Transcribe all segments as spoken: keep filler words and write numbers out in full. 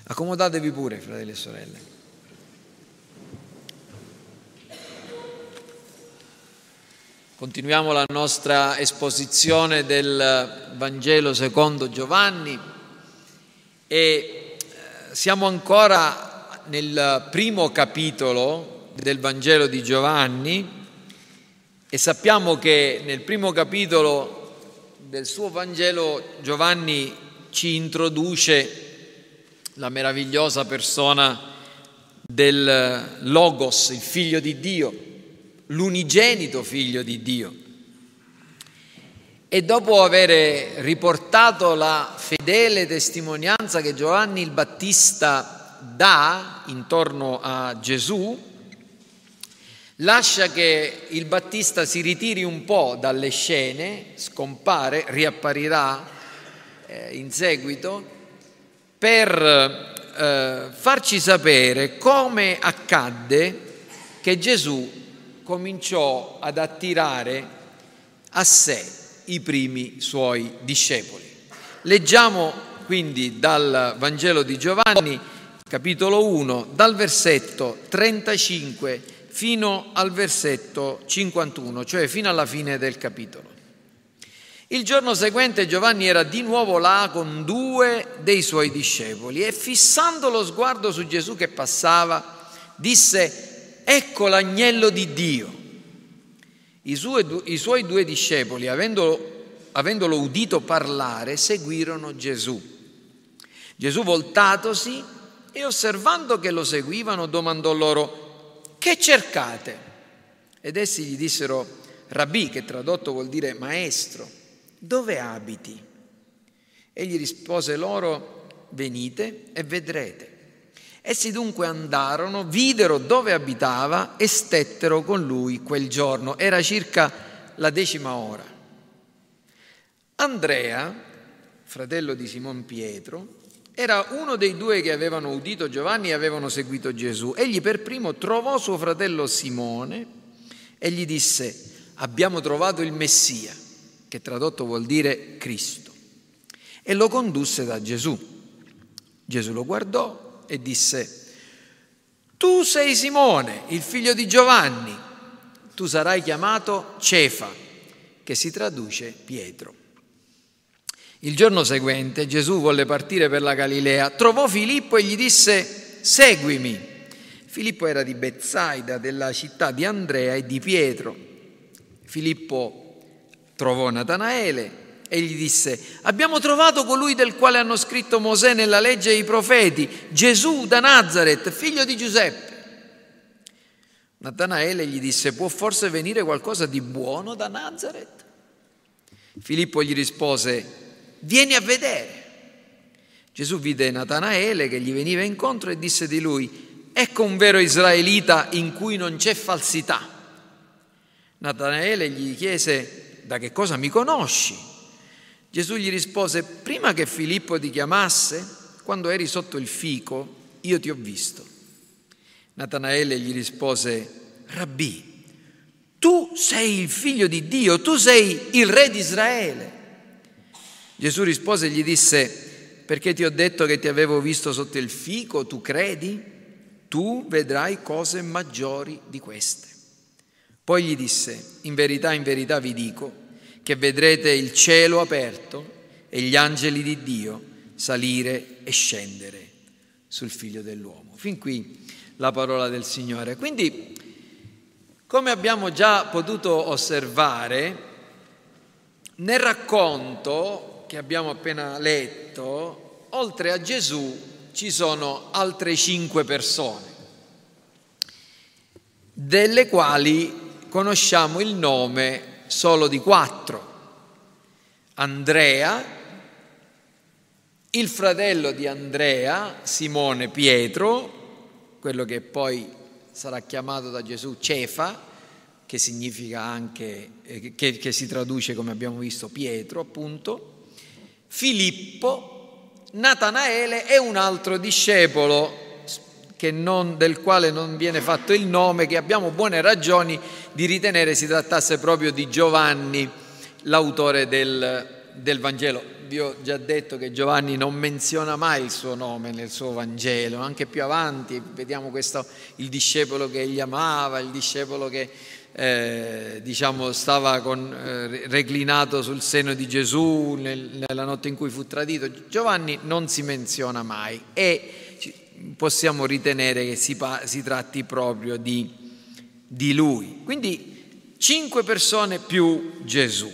Accomodatevi pure, fratelli e sorelle. Continuiamo la nostra esposizione del Vangelo secondo Giovanni e siamo ancora nel primo capitolo del Vangelo di Giovanni e sappiamo che nel primo capitolo del suo Vangelo Giovanni ci introduce la meravigliosa persona del Logos, il Figlio di Dio, l'unigenito Figlio di Dio. E dopo aver riportato la fedele testimonianza che Giovanni il Battista dà intorno a Gesù, lascia che il Battista si ritiri un po' dalle scene, scompare, riapparirà eh, in seguito, per eh, farci sapere come accadde che Gesù cominciò ad attirare a sé i primi suoi discepoli. Leggiamo quindi dal Vangelo di Giovanni, capitolo uno, dal versetto trentacinque fino al versetto cinquantuno, cioè fino alla fine del capitolo. Il giorno seguente Giovanni era di nuovo là con due dei suoi discepoli e fissando lo sguardo su Gesù che passava, disse: «Ecco l'agnello di Dio». I suoi, i suoi due discepoli, avendolo, avendolo udito parlare, seguirono Gesù. Gesù, voltatosi e osservando che lo seguivano, domandò loro: «Che cercate?» Ed essi gli dissero: «Rabbì», che tradotto vuol dire maestro, «dove abiti?» Egli rispose loro: «Venite e vedrete». Essi dunque andarono, videro dove abitava e stettero con lui quel giorno. Era circa la decima ora. Andrea, fratello di Simon Pietro, era uno dei due che avevano udito Giovanni e avevano seguito Gesù. Egli per primo trovò suo fratello Simone e gli disse: «Abbiamo trovato il Messia», che tradotto vuol dire Cristo, e lo condusse da Gesù. Gesù lo guardò e disse: «Tu sei Simone, il figlio di Giovanni, tu sarai chiamato Cefa», che si traduce Pietro. Il giorno seguente Gesù volle partire per la Galilea, trovò Filippo e gli disse: «Seguimi». Filippo era di Betsaida, della città di Andrea e di Pietro. Filippo trovò Natanaele e gli disse: «Abbiamo trovato colui del quale hanno scritto Mosè nella legge e i profeti, Gesù da Nazaret, figlio di Giuseppe». Natanaele gli disse: «Può forse venire qualcosa di buono da Nazaret?» Filippo gli rispose: «Vieni a vedere». Gesù vide Natanaele che gli veniva incontro e disse di lui: «Ecco un vero israelita in cui non c'è falsità». Natanaele gli chiese: «Da che cosa mi conosci?» Gesù gli rispose: «Prima che Filippo ti chiamasse, quando eri sotto il fico, io ti ho visto». Natanaele gli rispose: «Rabbì, tu sei il figlio di Dio, tu sei il re di Israele». Gesù rispose e gli disse: «Perché ti ho detto che ti avevo visto sotto il fico, tu credi? Tu vedrai cose maggiori di queste». Poi gli disse: «In verità, in verità vi dico che vedrete il cielo aperto e gli angeli di Dio salire e scendere sul Figlio dell'uomo». Fin qui la parola del Signore. Quindi, come abbiamo già potuto osservare, nel racconto che abbiamo appena letto, oltre a Gesù ci sono altre cinque persone, delle quali conosciamo il nome solo di quattro: Andrea, il fratello di Andrea, Simone Pietro, quello che poi sarà chiamato da Gesù Cefa, che significa anche, eh, che, che si traduce, come abbiamo visto, Pietro appunto, Filippo, Natanaele e un altro discepolo che non, del quale non viene fatto il nome, che abbiamo buone ragioni di ritenere si trattasse proprio di Giovanni, l'autore del, del Vangelo. vi ho già detto che Giovanni non menziona mai il suo nome nel suo Vangelo, anche più avanti vediamo questo, il discepolo che egli amava, il discepolo che eh, diciamo stava con, eh, reclinato sul seno di Gesù nel, nella notte in cui fu tradito. Giovanni non si menziona mai e possiamo ritenere che si, si tratti proprio di, di lui. Quindi cinque persone più Gesù.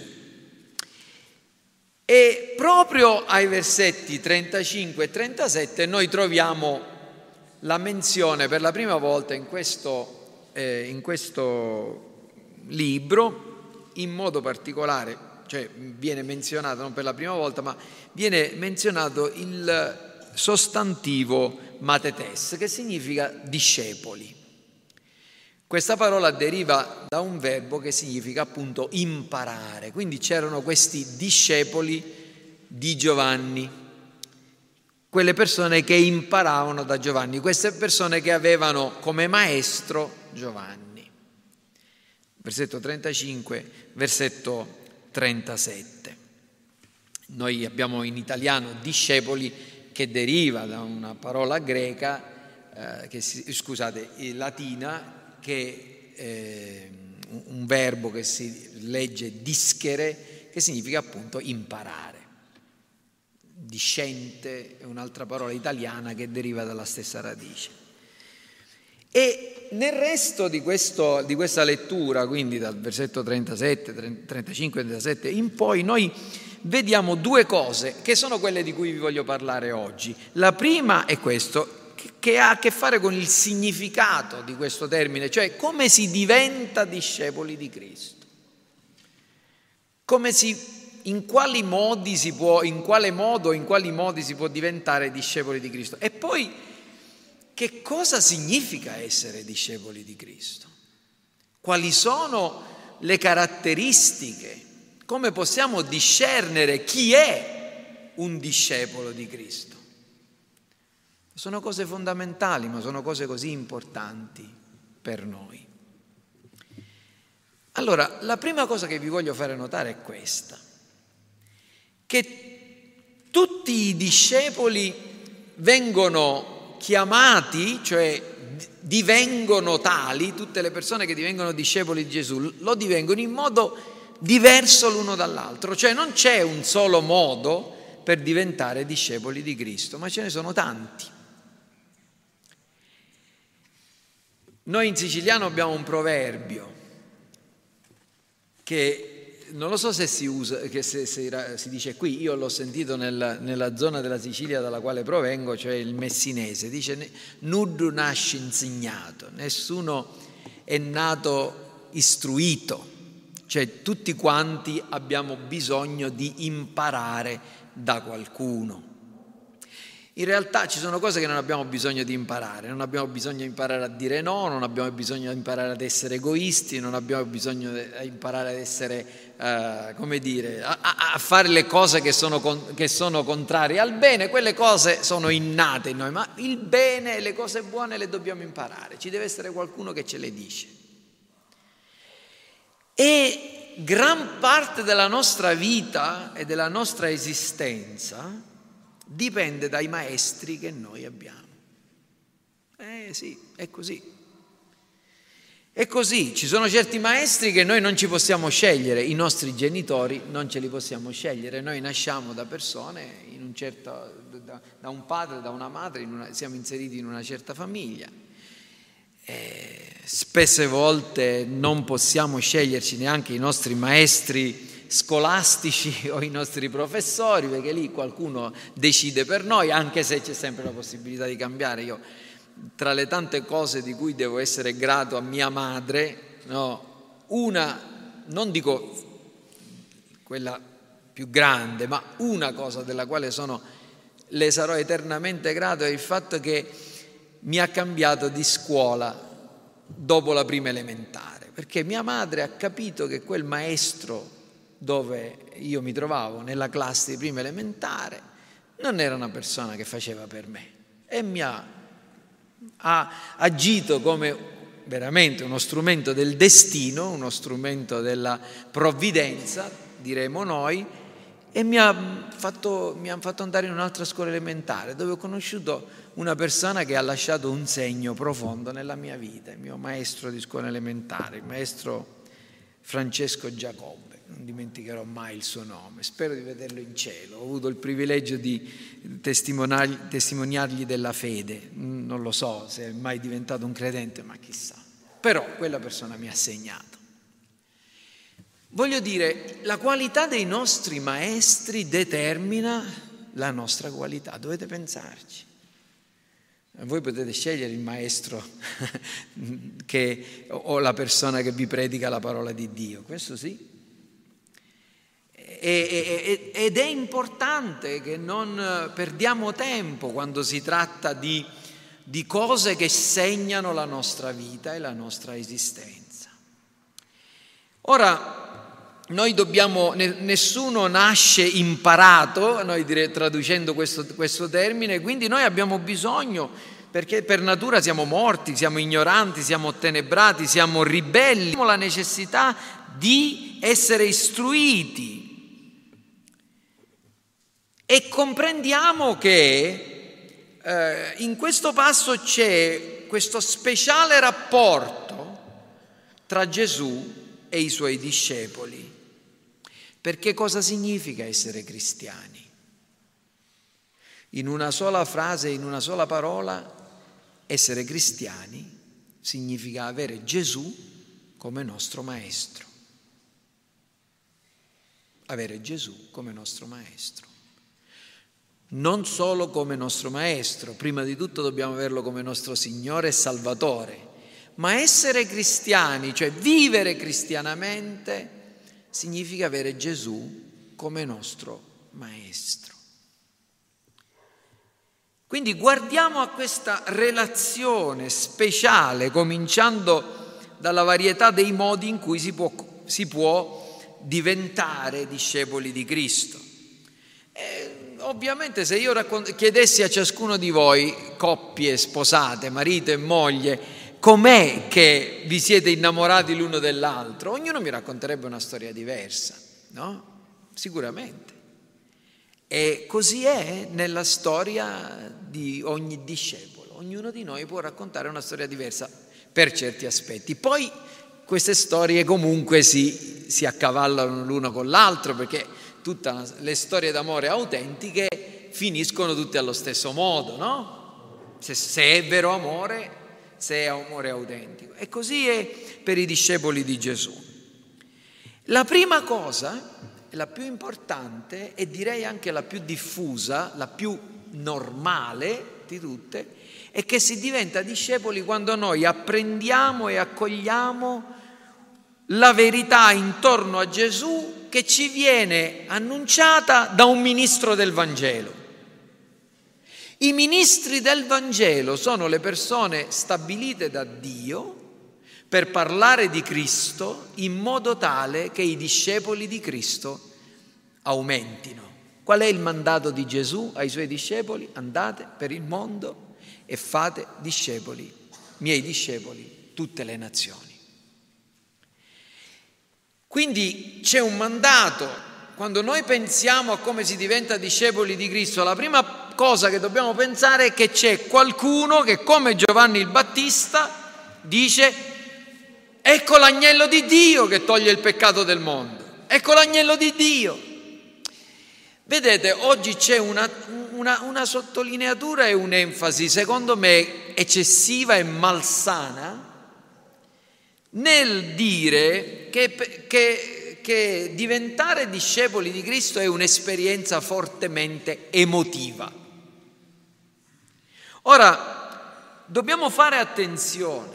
E proprio ai versetti trentacinque e trentasette noi troviamo la menzione per la prima volta in questo, eh, in questo libro, in modo particolare, cioè viene menzionato non per la prima volta, ma viene menzionato il sostantivo matetes, che significa discepoli. Questa parola deriva da un verbo che significa appunto imparare, quindi c'erano questi discepoli di Giovanni, quelle persone che imparavano da Giovanni, queste persone che avevano come maestro Giovanni. Versetto trentacinque, versetto trentasette. Noi abbiamo in italiano discepoli che deriva da una parola greca, eh, che si, scusate, latina, che è un verbo che si legge dischere, che significa appunto imparare. Discente è un'altra parola italiana che deriva dalla stessa radice. E nel resto di, questo, di questa lettura, quindi dal versetto trentasette, trentacinque e trentasette in poi, noi vediamo due cose che sono quelle di cui vi voglio parlare oggi. La prima è questo, che ha a che fare con il significato di questo termine, cioè come si diventa discepoli di Cristo. Come si, in quali modi si può, in quale modo, in quali modi si può diventare discepoli di Cristo. E poi che cosa significa essere discepoli di Cristo? Quali sono le caratteristiche? Come possiamo discernere chi è un discepolo di Cristo? Sono cose fondamentali, ma sono cose così importanti per noi. Allora, la prima cosa che vi voglio fare notare è questa, che tutti i discepoli vengono chiamati, cioè divengono tali, tutte le persone che divengono discepoli di Gesù lo divengono in modo diverso l'uno dall'altro, cioè non c'è un solo modo per diventare discepoli di Cristo, ma ce ne sono tanti. Noi in siciliano abbiamo un proverbio che non lo so se si usa, che se, se, si dice qui, io l'ho sentito nel, nella zona della Sicilia dalla quale provengo, cioè il messinese, dice nuddu nasce insegnato, nessuno è nato istruito, cioè tutti quanti abbiamo bisogno di imparare da qualcuno. In realtà ci sono cose che non abbiamo bisogno di imparare, non abbiamo bisogno di imparare a dire no, non abbiamo bisogno di imparare ad essere egoisti, non abbiamo bisogno di imparare ad essere, uh, come dire, a, a fare le cose che sono, con, che sono contrarie al bene. Quelle cose sono innate in noi, ma il bene e le cose buone le dobbiamo imparare, ci deve essere qualcuno che ce le dice. E gran parte della nostra vita e della nostra esistenza dipende dai maestri che noi abbiamo. Eh sì, è così. È così, ci sono certi maestri che noi non ci possiamo scegliere, i nostri genitori non ce li possiamo scegliere, noi nasciamo da persone, in un certo, da, da un padre, da una madre, in una, siamo inseriti in una certa famiglia. Eh, spesse volte non possiamo sceglierci neanche i nostri maestri scolastici o i nostri professori, perché lì qualcuno decide per noi, anche se c'è sempre la possibilità di cambiare. Io, tra le tante cose di cui devo essere grato a mia madre, no, una, non dico quella più grande, ma una cosa della quale sono, le sarò eternamente grato è il fatto che mi ha cambiato di scuola dopo la prima elementare, perché mia madre ha capito che quel maestro dove io mi trovavo nella classe di prima elementare non era una persona che faceva per me e mi ha, ha agito come veramente uno strumento del destino, uno strumento della provvidenza, diremo noi, e mi ha fatto, mi ha fatto andare in un'altra scuola elementare dove ho conosciuto una persona che ha lasciato un segno profondo nella mia vita, il mio maestro di scuola elementare, il maestro Francesco Giacobbe. Non dimenticherò mai il suo nome, spero di vederlo in cielo. Ho avuto il privilegio di testimoniargli della fede, non lo so se è mai diventato un credente, ma chissà. Però quella persona mi ha segnato. Voglio dire, la qualità dei nostri maestri determina la nostra qualità, dovete pensarci. Voi potete scegliere il maestro che, o la persona che vi predica la parola di Dio, questo sì. Ed è importante che non perdiamo tempo quando si tratta di, di cose che segnano la nostra vita e la nostra esistenza. Ora, noi dobbiamo, nessuno nasce imparato, noi dire, traducendo questo, questo termine, quindi noi abbiamo bisogno, perché per natura siamo morti, siamo ignoranti, siamo ottenebrati, siamo ribelli, abbiamo la necessità di essere istruiti. E comprendiamo che eh, in questo passo c'è questo speciale rapporto tra Gesù e i suoi discepoli. Perché cosa significa essere cristiani? In una sola frase, in una sola parola, essere cristiani significa avere Gesù come nostro maestro. Avere Gesù come nostro maestro. Non solo come nostro maestro, prima di tutto dobbiamo averlo come nostro Signore e Salvatore, ma essere cristiani, cioè vivere cristianamente, significa avere Gesù come nostro maestro. Quindi guardiamo a questa relazione speciale, cominciando dalla varietà dei modi in cui si può, si può diventare discepoli di Cristo. E, ovviamente se io raccont- chiedessi a ciascuno di voi, coppie sposate, marito e moglie, com'è che vi siete innamorati l'uno dell'altro, ognuno mi racconterebbe una storia diversa, no? Sicuramente. E così è nella storia di ogni discepolo. Ognuno di noi può raccontare una storia diversa per certi aspetti. Poi queste storie comunque si, si accavallano l'uno con l'altro, perché tutte le storie d'amore autentiche finiscono tutte allo stesso modo, no? Se, se è vero amore, se è amore autentico. E così è per i discepoli di Gesù. La prima cosa, la più importante e direi anche la più diffusa, la più normale di tutte, è che si diventa discepoli quando noi apprendiamo e accogliamo la verità intorno a Gesù che ci viene annunciata da un ministro del Vangelo. I ministri del Vangelo sono le persone stabilite da Dio per parlare di Cristo in modo tale che i discepoli di Cristo aumentino. Qual è il mandato di Gesù ai suoi discepoli? Andate per il mondo e fate discepoli, miei discepoli, tutte le nazioni. Quindi c'è un mandato. Quando noi pensiamo a come si diventa discepoli di Cristo, la prima cosa che dobbiamo pensare è che c'è qualcuno che, come Giovanni il Battista, dice: ecco l'agnello di Dio che toglie il peccato del mondo, ecco l'agnello di Dio. Vedete, oggi c'è una, una, una sottolineatura e un'enfasi, secondo me, eccessiva e malsana nel dire che, che, che diventare discepoli di Cristo è un'esperienza fortemente emotiva. Ora, dobbiamo fare attenzione,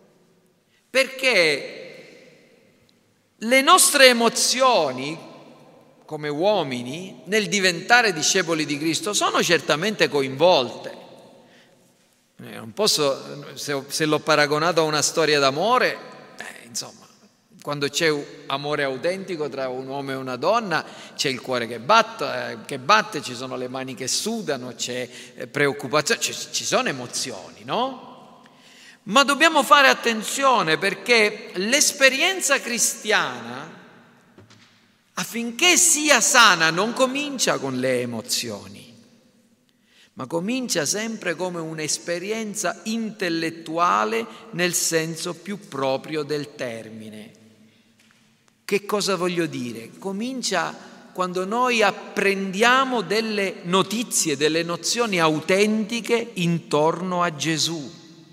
perché le nostre emozioni come uomini nel diventare discepoli di Cristo sono certamente coinvolte. Non posso, se, se l'ho paragonato a una storia d'amore, eh, insomma, quando c'è amore autentico tra un uomo e una donna, c'è il cuore che batte, eh, che batte, ci sono le mani che sudano, c'è eh, preoccupazione, ci, ci sono emozioni, no? Ma dobbiamo fare attenzione, perché l'esperienza cristiana affinché sia sana, non comincia con le emozioni, ma comincia sempre come un'esperienza intellettuale nel senso più proprio del termine. Che cosa voglio dire? Comincia quando noi apprendiamo delle notizie, delle nozioni autentiche intorno a Gesù.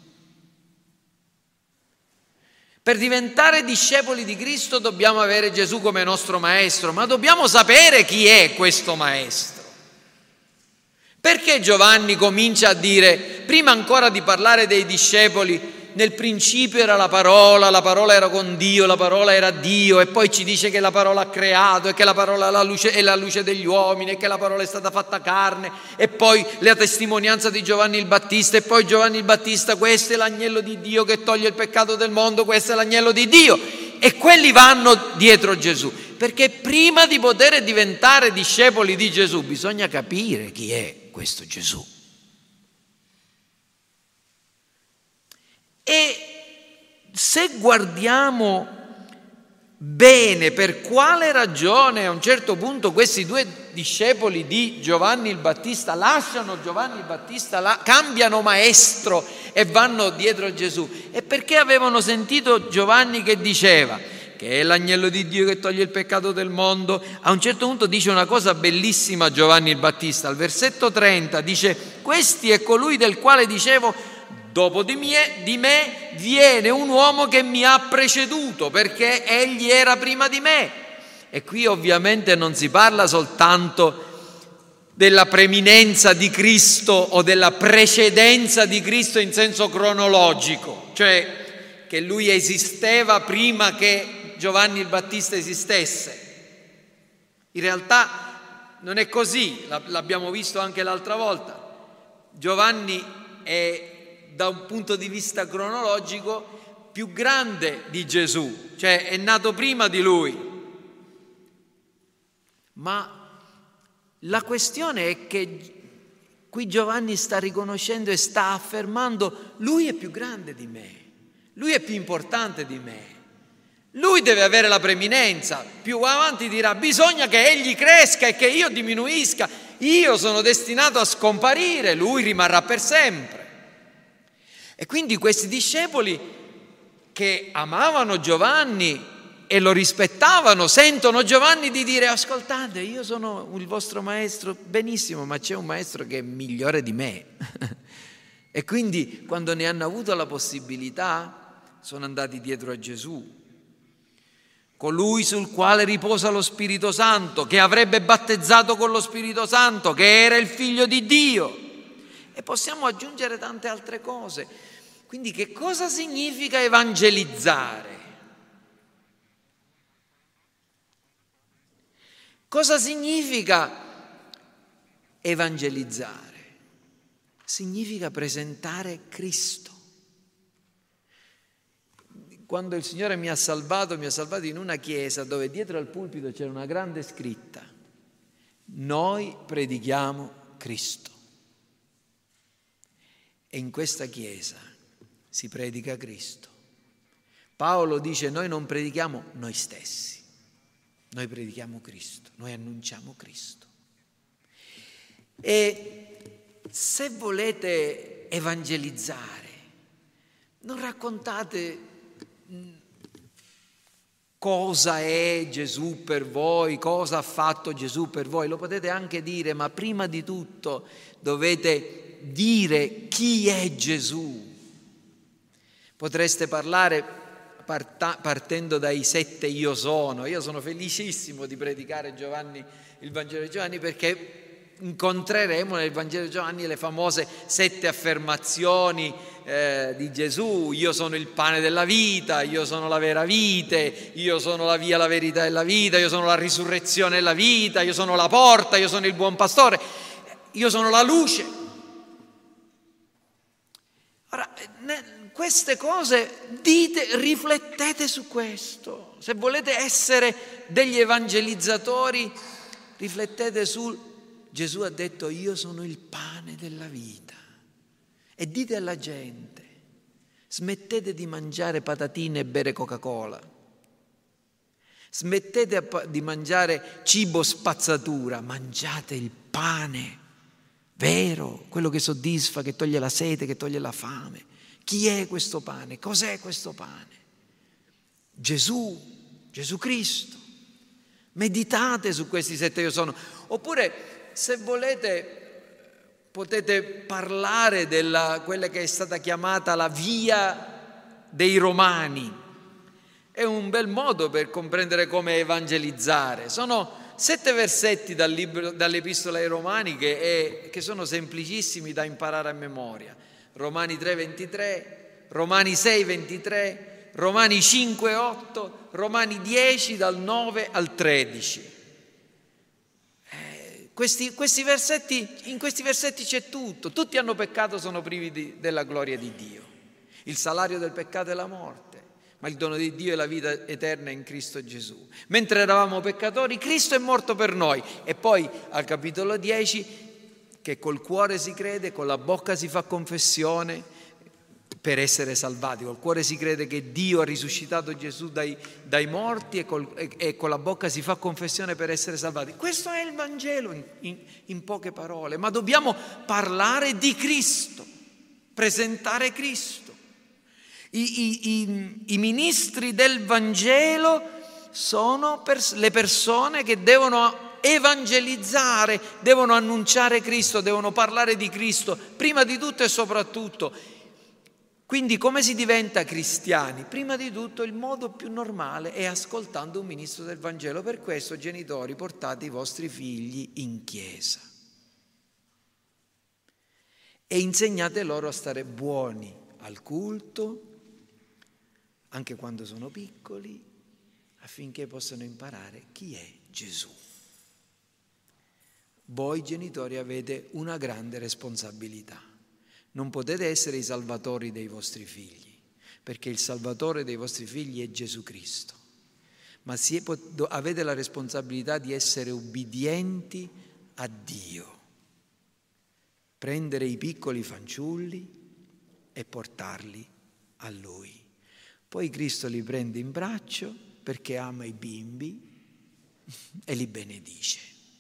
Per diventare discepoli di Cristo dobbiamo avere Gesù come nostro maestro, ma dobbiamo sapere chi è questo maestro. Perché Giovanni comincia a dire, prima ancora di parlare dei discepoli, nel principio era la parola, la parola era con Dio, la parola era Dio, e poi ci dice che la parola ha creato e che la parola è la luce, è la luce degli uomini e che la parola è stata fatta carne, e poi la testimonianza di Giovanni il Battista, e poi Giovanni il Battista, questo è l'agnello di Dio che toglie il peccato del mondo, questo è l'agnello di Dio, e quelli vanno dietro Gesù, perché prima di poter diventare discepoli di Gesù bisogna capire chi è questo Gesù. E se guardiamo bene per quale ragione a un certo punto questi due discepoli di Giovanni il Battista lasciano Giovanni il Battista, la, cambiano maestro e vanno dietro a Gesù, è perché avevano sentito Giovanni che diceva che è l'agnello di Dio che toglie il peccato del mondo. A un certo punto dice una cosa bellissima Giovanni il Battista, al versetto trenta dice: questi è colui del quale dicevo, dopo di me, di me viene un uomo che mi ha preceduto, perché egli era prima di me. E qui ovviamente non si parla soltanto della preeminenza di Cristo o della precedenza di Cristo in senso cronologico, cioè che lui esisteva prima che Giovanni il Battista esistesse. In realtà non è così, l'abbiamo visto anche l'altra volta. Giovanni è, da un punto di vista cronologico, più grande di Gesù, cioè è nato prima di lui. Ma la questione è che qui Giovanni sta riconoscendo e sta affermando: lui è più grande di me, lui è più importante di me, lui deve avere la preeminenza. Più avanti dirà: bisogna che egli cresca e che io diminuisca, io sono destinato a scomparire, lui rimarrà per sempre. E quindi questi discepoli che amavano Giovanni e lo rispettavano sentono Giovanni di dire: ascoltate, io sono il vostro maestro, benissimo, ma c'è un maestro che è migliore di me. E quindi quando ne hanno avuto la possibilità sono andati dietro a Gesù, colui sul quale riposa lo Spirito Santo, che avrebbe battezzato con lo Spirito Santo, che era il Figlio di Dio. E possiamo aggiungere tante altre cose. Quindi che cosa significa evangelizzare? Cosa significa evangelizzare? Significa presentare Cristo. Quando il Signore mi ha salvato, mi ha salvato in una chiesa dove dietro al pulpito c'era una grande scritta: noi predichiamo Cristo. E in questa chiesa si predica Cristo. Paolo dice: noi non predichiamo noi stessi, noi predichiamo Cristo, noi annunciamo Cristo. E se volete evangelizzare, non raccontate cosa è Gesù per voi, cosa ha fatto Gesù per voi, lo potete anche dire, ma prima di tutto dovete dire chi è Gesù. Potreste parlare parta, partendo dai sette io sono. Io sono felicissimo di predicare Giovanni, il Vangelo di Giovanni, perché incontreremo nel Vangelo di Giovanni le famose sette affermazioni eh, di Gesù: io sono il pane della vita, io sono la vera vite, io sono la via, la verità e la vita, io sono la risurrezione e la vita, io sono la porta, io sono il buon pastore, io sono la luce. Ora, queste cose dite, riflettete su questo. Se volete essere degli evangelizzatori, riflettete sul Gesù ha detto: io sono il pane della vita. E dite alla gente: smettete di mangiare patatine e bere Coca-Cola. Smettete di mangiare cibo spazzatura, mangiate il pane vero, quello che soddisfa, che toglie la sete, che toglie la fame. Chi è questo pane? Cos'è questo pane? Gesù, Gesù Cristo. Meditate su questi sette io sono. Oppure, se volete, potete parlare della quella che è stata chiamata la via dei Romani. È un bel modo per comprendere come evangelizzare. Sono sette versetti dal libro, dall'Epistola ai Romani che, è, che sono semplicissimi da imparare a memoria. Romani tre ventitré, Romani sei ventitré, Romani cinque otto, Romani dieci dal nove al tredici. Eh, questi, questi versetti, in questi versetti c'è tutto. Tutti hanno peccato, sono privi di, della gloria di Dio. Il salario del peccato è la morte, ma il dono di Dio è la vita eterna in Cristo Gesù. Mentre eravamo peccatori, Cristo è morto per noi. E poi al capitolo dieci, che col cuore si crede, con la bocca si fa confessione per essere salvati. Col cuore si crede che Dio ha risuscitato Gesù dai, dai morti e, col, e, e con la bocca si fa confessione per essere salvati. Questo è il Vangelo in, in, in poche parole, ma dobbiamo parlare di Cristo, presentare Cristo. I, i, i, I ministri del Vangelo sono pers- le persone che devono evangelizzare, devono annunciare Cristo, devono parlare di Cristo, prima di tutto e soprattutto. Quindi come si diventa cristiani? Prima di tutto il modo più normale è ascoltando un ministro del Vangelo. Per questo, genitori, portate i vostri figli in chiesa e insegnate loro a stare buoni al culto, anche quando sono piccoli, affinché possano imparare chi è Gesù. Voi genitori avete una grande responsabilità. Non potete essere i salvatori dei vostri figli, perché il salvatore dei vostri figli è Gesù Cristo. Ma avete la responsabilità di essere ubbidienti a Dio. Prendere i piccoli fanciulli e portarli a Lui. Poi Cristo li prende in braccio perché ama i bimbi e li benedice.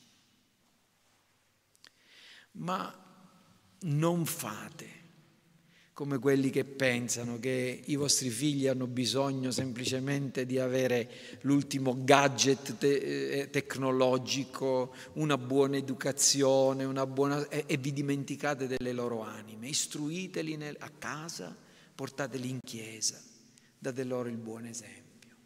Ma non fate come quelli che pensano che i vostri figli hanno bisogno semplicemente di avere l'ultimo gadget te- tecnologico, una buona educazione, una buona... E, e vi dimenticate delle loro anime. Istruiteli nel... a casa, portateli in chiesa. Date loro il buon esempio.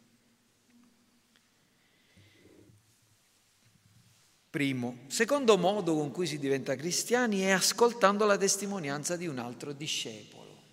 Primo. Secondo modo con cui si diventa cristiani è ascoltando la testimonianza di un altro discepolo.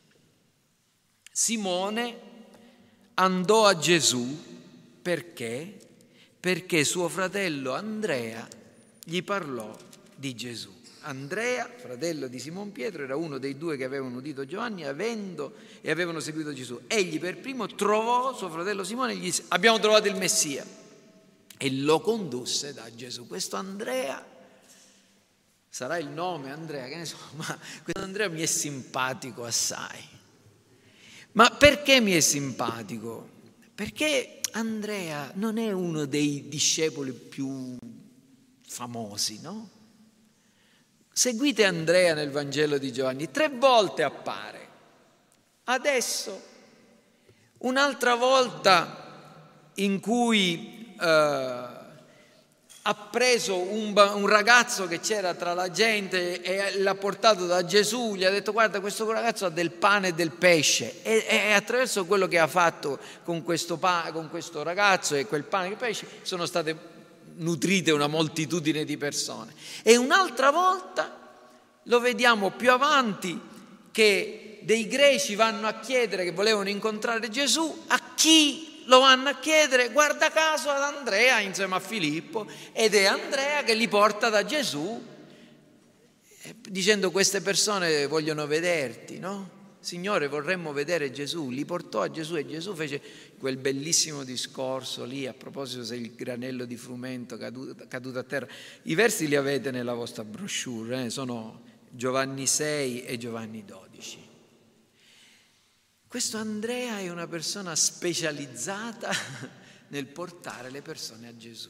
Simone andò a Gesù perché? Perché suo fratello Andrea gli parlò di Gesù. Andrea, fratello di Simon Pietro, era uno dei due che avevano udito Giovanni avendo, e avevano seguito Gesù. Egli per primo trovò suo fratello Simone e gli disse: abbiamo trovato il Messia, e lo condusse da Gesù. Questo Andrea, sarà il nome Andrea, che ne so, ma questo Andrea mi è simpatico assai. Ma perché mi è simpatico? Perché Andrea non è uno dei discepoli più famosi, no? Seguite Andrea nel Vangelo di Giovanni, tre volte appare. Adesso, un'altra volta in cui eh, ha preso un, un ragazzo che c'era tra la gente e l'ha portato da Gesù, gli ha detto: guarda, questo ragazzo ha del pane e del pesce, e, e attraverso quello che ha fatto con questo, pa, con questo ragazzo e quel pane e quel pesce sono state nutrite una moltitudine di persone. E un'altra volta lo vediamo più avanti che dei greci vanno a chiedere, che volevano incontrare Gesù, a chi lo vanno a chiedere? Guarda caso ad Andrea insieme a Filippo, ed è Andrea che li porta da Gesù dicendo: queste persone vogliono vederti, no? Signore, vorremmo vedere Gesù. Li portò a Gesù e Gesù fece quel bellissimo discorso lì a proposito se il granello di frumento caduto, caduto a terra. I versi li avete nella vostra brochure, eh? Sono Giovanni sei e Giovanni dodici. Questo Andrea è una persona specializzata nel portare le persone a Gesù.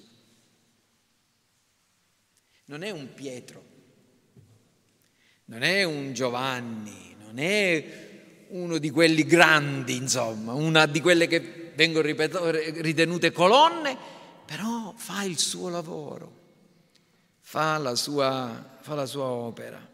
Non è un Pietro, non è un Giovanni, non è uno di quelli grandi, insomma, una di quelle che vengono ritenute colonne, però fa il suo lavoro, fa la sua, fa la sua opera.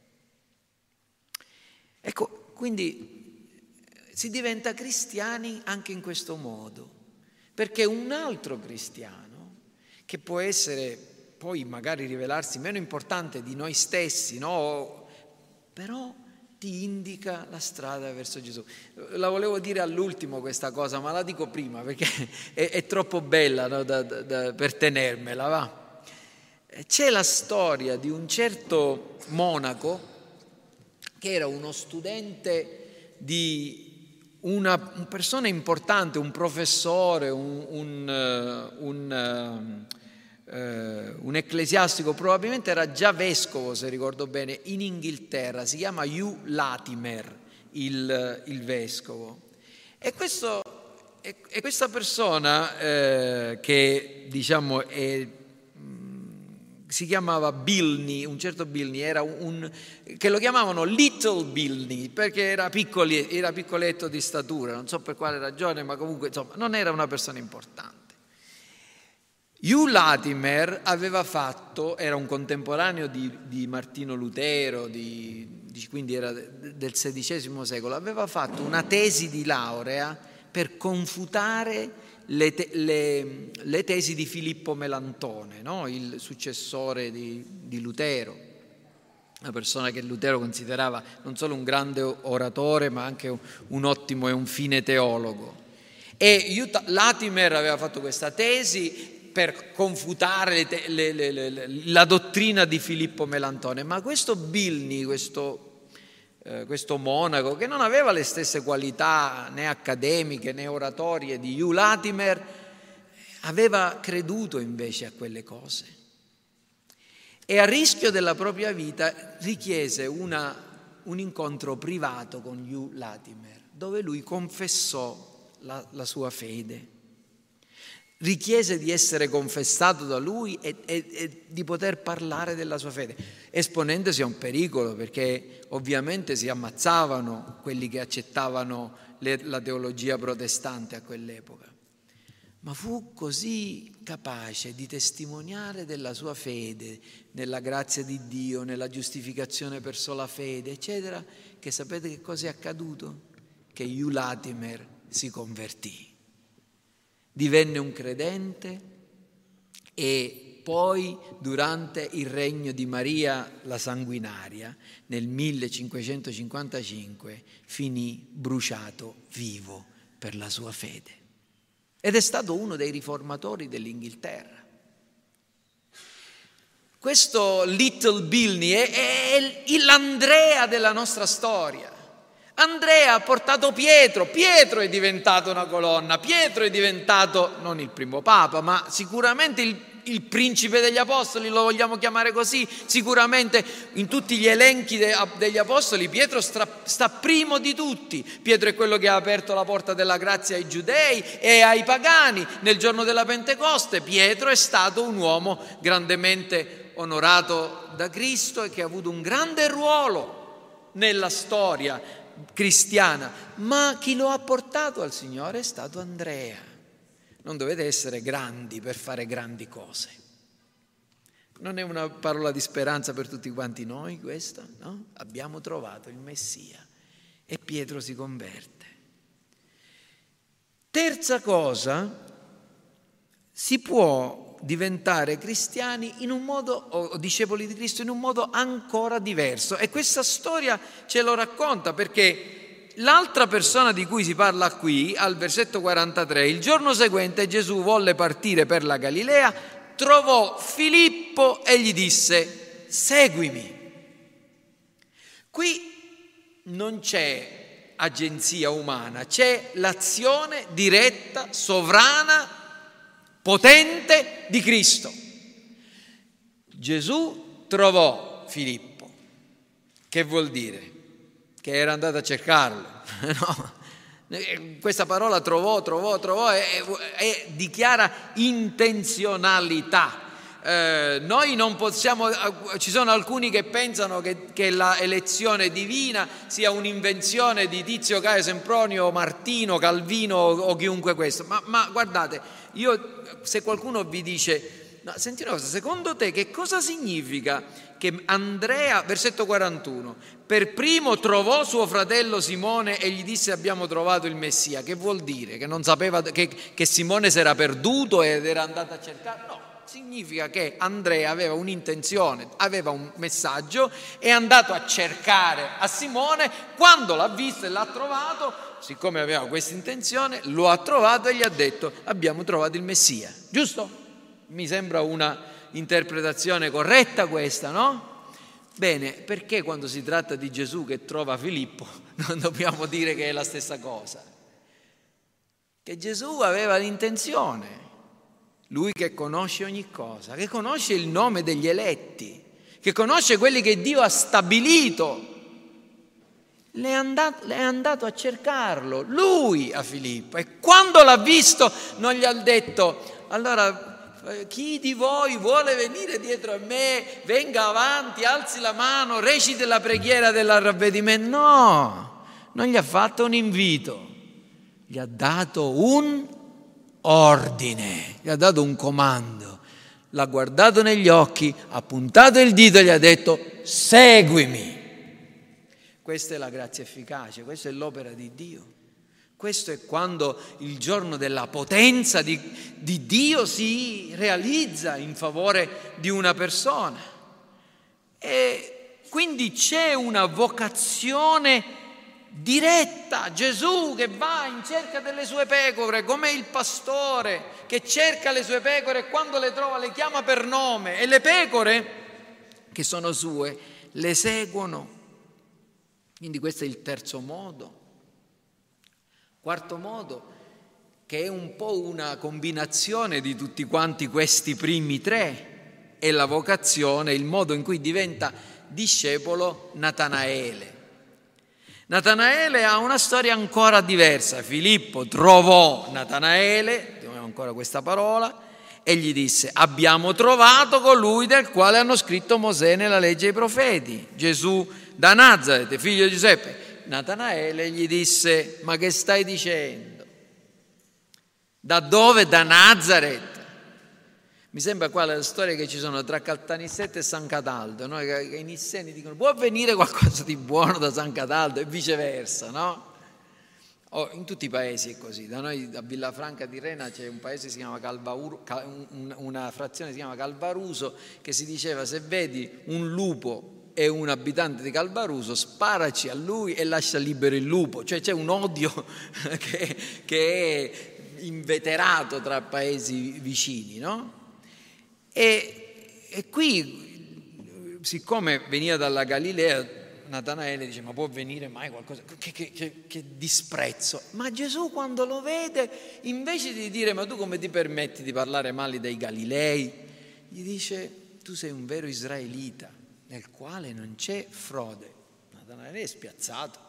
Ecco, quindi si diventa cristiani anche in questo modo, perché un altro cristiano, che può essere poi magari rivelarsi meno importante di noi stessi, no? Però ti indica la strada verso Gesù. La volevo dire all'ultimo questa cosa, ma la dico prima perché è, è troppo bella, no? da, da, da, per tenermela, va. C'è la storia di un certo monaco che era uno studente di una, una persona importante, un professore, un, un, un Uh, un ecclesiastico, probabilmente era già vescovo, se ricordo bene, in Inghilterra. Si chiama Hugh Latimer, il, il vescovo. E, questo, e, e questa persona eh, che diciamo è, mh, si chiamava Bilney, un certo Bilney, era un, un, che lo chiamavano Little Bilney perché era, piccoli, era piccoletto di statura, non so per quale ragione, ma comunque insomma non era una persona importante. Hugh Latimer aveva fatto, era un contemporaneo di, di Martino Lutero, di, di, quindi era del sedicesimo secolo, aveva fatto una tesi di laurea per confutare le, te, le, le tesi di Filippo Melantone, no? Il successore di, di Lutero, una persona che Lutero considerava non solo un grande oratore ma anche un, un ottimo e un fine teologo. E Hugh Latimer aveva fatto questa tesi per confutare le, le, le, le, la dottrina di Filippo Melantone, ma questo Bilney, questo, eh, questo monaco che non aveva le stesse qualità né accademiche né oratorie di Hugh Latimer, aveva creduto invece a quelle cose e a rischio della propria vita richiese una, un incontro privato con Hugh Latimer dove lui confessò la, la sua fede. Richiese di essere confessato da lui e, e, e di poter parlare della sua fede, esponendosi a un pericolo, perché ovviamente si ammazzavano quelli che accettavano le, la teologia protestante a quell'epoca. Ma fu così capace di testimoniare della sua fede, nella grazia di Dio, nella giustificazione per sola fede, eccetera, che sapete che cosa è accaduto? Che Hugh Latimer si convertì. Divenne un credente e poi durante il regno di Maria la Sanguinaria nel millecinquecentocinquantacinque finì bruciato vivo per la sua fede ed è stato uno dei riformatori dell'Inghilterra. Questo Little Bilney è, è l'Andrea della nostra storia. Andrea ha portato Pietro, Pietro è diventato una colonna, Pietro è diventato non il primo papa, ma sicuramente il, il principe degli apostoli, lo vogliamo chiamare così, sicuramente in tutti gli elenchi de, degli apostoli Pietro sta, sta primo di tutti. Pietro è quello che ha aperto la porta della grazia ai giudei e ai pagani nel giorno della Pentecoste. Pietro è stato un uomo grandemente onorato da Cristo e che ha avuto un grande ruolo nella storia cristiana, ma chi lo ha portato al Signore è stato Andrea. Non dovete essere grandi per fare grandi cose. Non è una parola di speranza per tutti quanti noi questa, no? Abbiamo trovato il Messia e Pietro si converte. Terza cosa, si può diventare cristiani in un modo, o discepoli di Cristo in un modo ancora diverso, e questa storia ce lo racconta, perché l'altra persona di cui si parla qui, al versetto quarantatré, il giorno seguente Gesù volle partire per la Galilea, trovò Filippo e gli disse: seguimi. Qui non c'è agenzia umana, c'è l'azione diretta, sovrana, potente di Cristo. Gesù trovò Filippo, che vuol dire? Che era andato a cercarlo? No, Questa parola trovò, trovò, trovò e, e dichiara intenzionalità. Eh, noi non possiamo, ci sono alcuni che pensano che, che la elezione divina sia un'invenzione di Tizio, Caio, Sempronio, Martino, Calvino o, o chiunque questo, ma, ma guardate, io, se qualcuno vi dice, no, senti una cosa, secondo te che cosa significa che Andrea, versetto quarantuno, per primo trovò suo fratello Simone e gli disse abbiamo trovato il Messia? Che vuol dire? Che non sapeva che, che Simone si era perduto ed era andato a cercare? No. Significa che Andrea aveva un'intenzione, aveva un messaggio, è andato a cercare a Simone, quando l'ha visto e l'ha trovato, siccome aveva questa intenzione, lo ha trovato e gli ha detto abbiamo trovato il Messia. Giusto? Mi sembra una interpretazione corretta questa, no? Bene, perché quando si tratta di Gesù che trova Filippo non dobbiamo dire che è la stessa cosa? Che Gesù aveva l'intenzione. Lui che conosce ogni cosa, che conosce il nome degli eletti, che conosce quelli che Dio ha stabilito, le è andato, le è andato a cercarlo, lui a Filippo. E quando l'ha visto non gli ha detto, allora chi di voi vuole venire dietro a me, venga avanti, alzi la mano, reciti la preghiera del ravvedimento. No, non gli ha fatto un invito, gli ha dato un ordine, gli ha dato un comando, l'ha guardato negli occhi, ha puntato il dito e gli ha detto seguimi. Questa è la grazia efficace, questa è l'opera di Dio. Questo è quando il giorno della potenza di, di Dio si realizza in favore di una persona. E quindi c'è una vocazione diretta, Gesù che va in cerca delle sue pecore, come il pastore che cerca le sue pecore e quando le trova le chiama per nome e le pecore che sono sue le seguono. Quindi questo è il terzo modo. Quarto modo, che è un po' una combinazione di tutti quanti questi primi tre, è la vocazione, il modo in cui diventa discepolo Natanaele. Natanaele ha una storia ancora diversa. Filippo trovò Natanaele, abbiamo ancora questa parola, e gli disse abbiamo trovato colui del quale hanno scritto Mosè nella legge e i profeti, Gesù da Nazaret, figlio di Giuseppe. Natanaele gli disse ma che stai dicendo? Da dove? Da Nazaret? Mi sembra qua la storia che ci sono tra Caltanissetta e San Cataldo, no? Che i nisseni dicono può venire qualcosa di buono da San Cataldo e viceversa, no? Oh, in tutti i paesi è così. Da noi a Villafranca di Rena c'è un paese che si chiama Calvauru, una frazione che si chiama Calvaruso, che si diceva se vedi un lupo e un abitante di Calvaruso sparaci a lui e lascia libero il lupo. Cioè c'è un odio che, che è inveterato tra paesi vicini, no? E, e qui, siccome veniva dalla Galilea, Natanaele dice ma può venire mai qualcosa? Che, che, che, che disprezzo! Ma Gesù quando lo vede, invece di dire ma tu come ti permetti di parlare male dei Galilei, gli dice tu sei un vero israelita nel quale non c'è frode. Natanaele è spiazzato.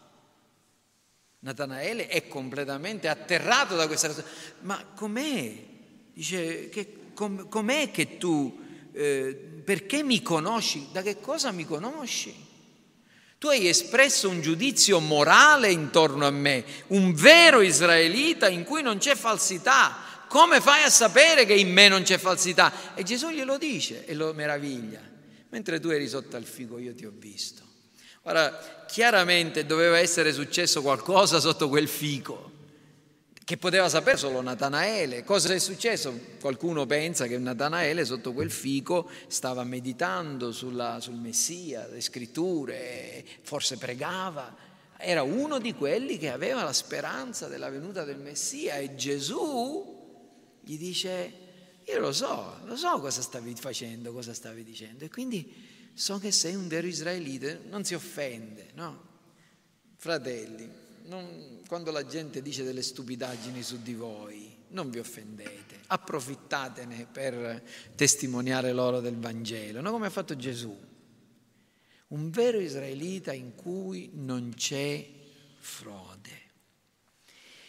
Natanaele è completamente atterrato da questa cosa. Ma com'è? Dice che com, com'è che tu eh, perché mi conosci? Da che cosa mi conosci? Tu hai espresso un giudizio morale intorno a me, un vero israelita in cui non c'è falsità. Come fai a sapere che in me non c'è falsità? E Gesù glielo dice e lo meraviglia. Mentre tu eri sotto al fico io ti ho visto. Ora, chiaramente doveva essere successo qualcosa sotto quel fico, che poteva sapere solo Natanaele. Cosa è successo? Qualcuno pensa che Natanaele sotto quel fico stava meditando sulla, sul Messia, le scritture, forse pregava. Era uno di quelli che aveva la speranza della venuta del Messia e Gesù gli dice io lo so, lo so cosa stavi facendo, cosa stavi dicendo e quindi so che sei un vero israelita, non si offende, no? Fratelli, non, quando la gente dice delle stupidaggini su di voi, non vi offendete, approfittatene per testimoniare loro del Vangelo, no? Come ha fatto Gesù. Un vero israelita in cui non c'è frode.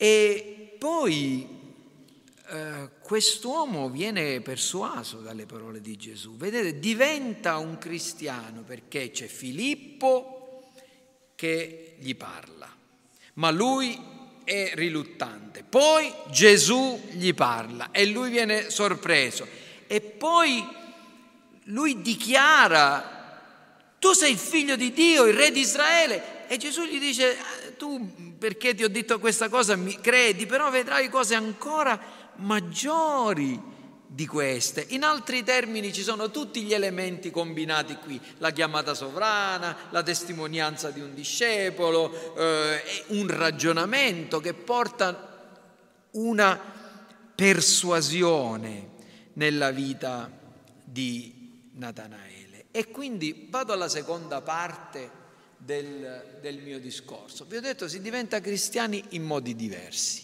E poi eh, quest'uomo viene persuaso dalle parole di Gesù. Vedete, diventa un cristiano perché c'è Filippo che gli parla, ma lui è riluttante. Poi Gesù gli parla e lui viene sorpreso. E poi lui dichiara: tu sei il figlio di Dio, il re di Israele. E Gesù gli dice: tu perché ti ho detto questa cosa mi credi, però vedrai cose ancora maggiori di queste. In altri termini ci sono tutti gli elementi combinati qui: la chiamata sovrana, la testimonianza di un discepolo, eh, un ragionamento che porta una persuasione nella vita di Natanaele. E quindi vado alla seconda parte del, del mio discorso. Vi ho detto, si diventa cristiani in modi diversi.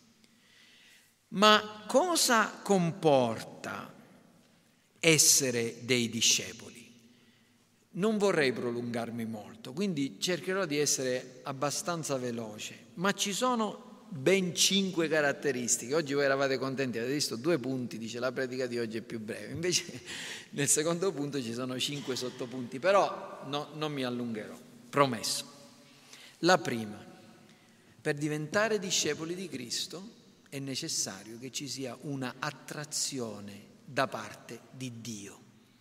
Ma cosa comporta essere dei discepoli? Non vorrei prolungarmi molto, quindi cercherò di essere abbastanza veloce, ma ci sono ben cinque caratteristiche. Oggi voi eravate contenti, avete visto due punti, dice la predica di oggi è più breve, invece nel secondo punto ci sono cinque sottopunti, però no, non mi allungherò, promesso. La prima: per diventare discepoli di Cristo è necessario che ci sia una attrazione da parte di Dio.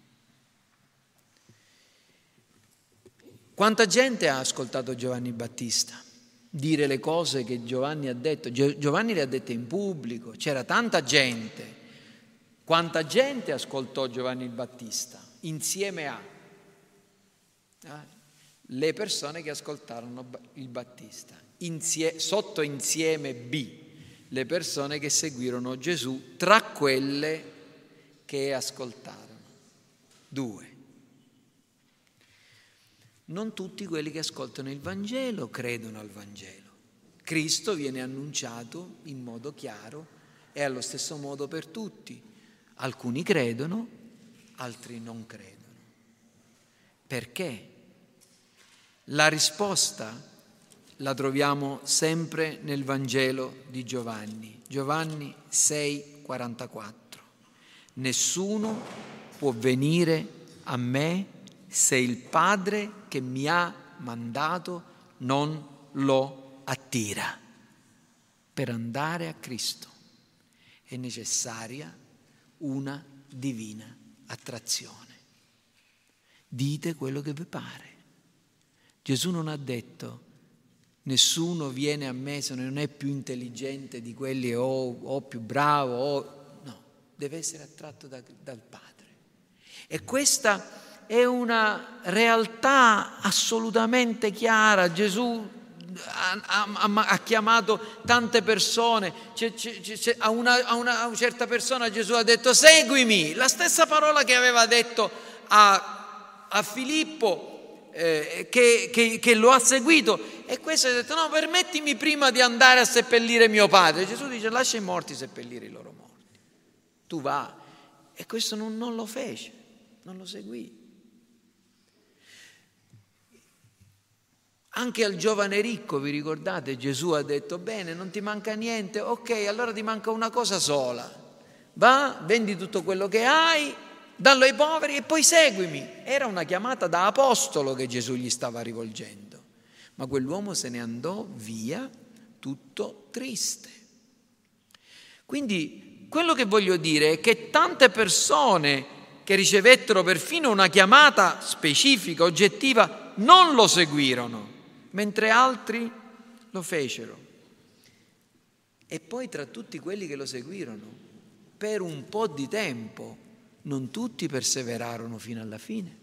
Quanta gente ha ascoltato Giovanni Battista dire le cose che Giovanni ha detto? Giovanni le ha dette in pubblico, c'era tanta gente. Quanta gente ascoltò Giovanni il Battista insieme a eh, le persone che ascoltarono il Battista, Insie- sotto insieme B, le persone che seguirono Gesù, tra quelle che ascoltarono. Due. Non tutti quelli che ascoltano il Vangelo credono al Vangelo. Cristo viene annunciato in modo chiaro e allo stesso modo per tutti. Alcuni credono, altri non credono. Perché? La risposta la troviamo sempre nel Vangelo di Giovanni, Giovanni sei quarantaquattro. Nessuno può venire a me se il Padre che mi ha mandato non lo attira. Per andare a Cristo è necessaria una divina attrazione. Dite quello che vi pare. Gesù non ha detto: nessuno viene a me se non è più intelligente di quelli o, o più bravo, o... no, deve essere attratto da, dal Padre. E questa è una realtà assolutamente chiara. Gesù ha, ha, ha chiamato tante persone, c'è, c'è, c'è, a, una, a, una, a una certa persona Gesù ha detto: seguimi, la stessa parola che aveva detto a, a Filippo, Eh, che, che, che lo ha seguito, e questo ha detto: no, permettimi prima di andare a seppellire mio padre. Gesù dice: lascia i morti seppellire i loro morti, tu va. E questo non, non lo fece, non lo seguì. Anche al giovane ricco, vi ricordate, Gesù ha detto: bene, non ti manca niente, ok, allora ti manca una cosa sola, va, vendi tutto quello che hai, dallo ai poveri e poi seguimi. Era una chiamata da apostolo che Gesù gli stava rivolgendo, ma quell'uomo se ne andò via tutto triste. Quindi quello che voglio dire è che tante persone che ricevettero perfino una chiamata specifica, oggettiva, non lo seguirono, mentre altri lo fecero. E poi tra tutti quelli che lo seguirono, per un po' di tempo, non tutti perseverarono fino alla fine.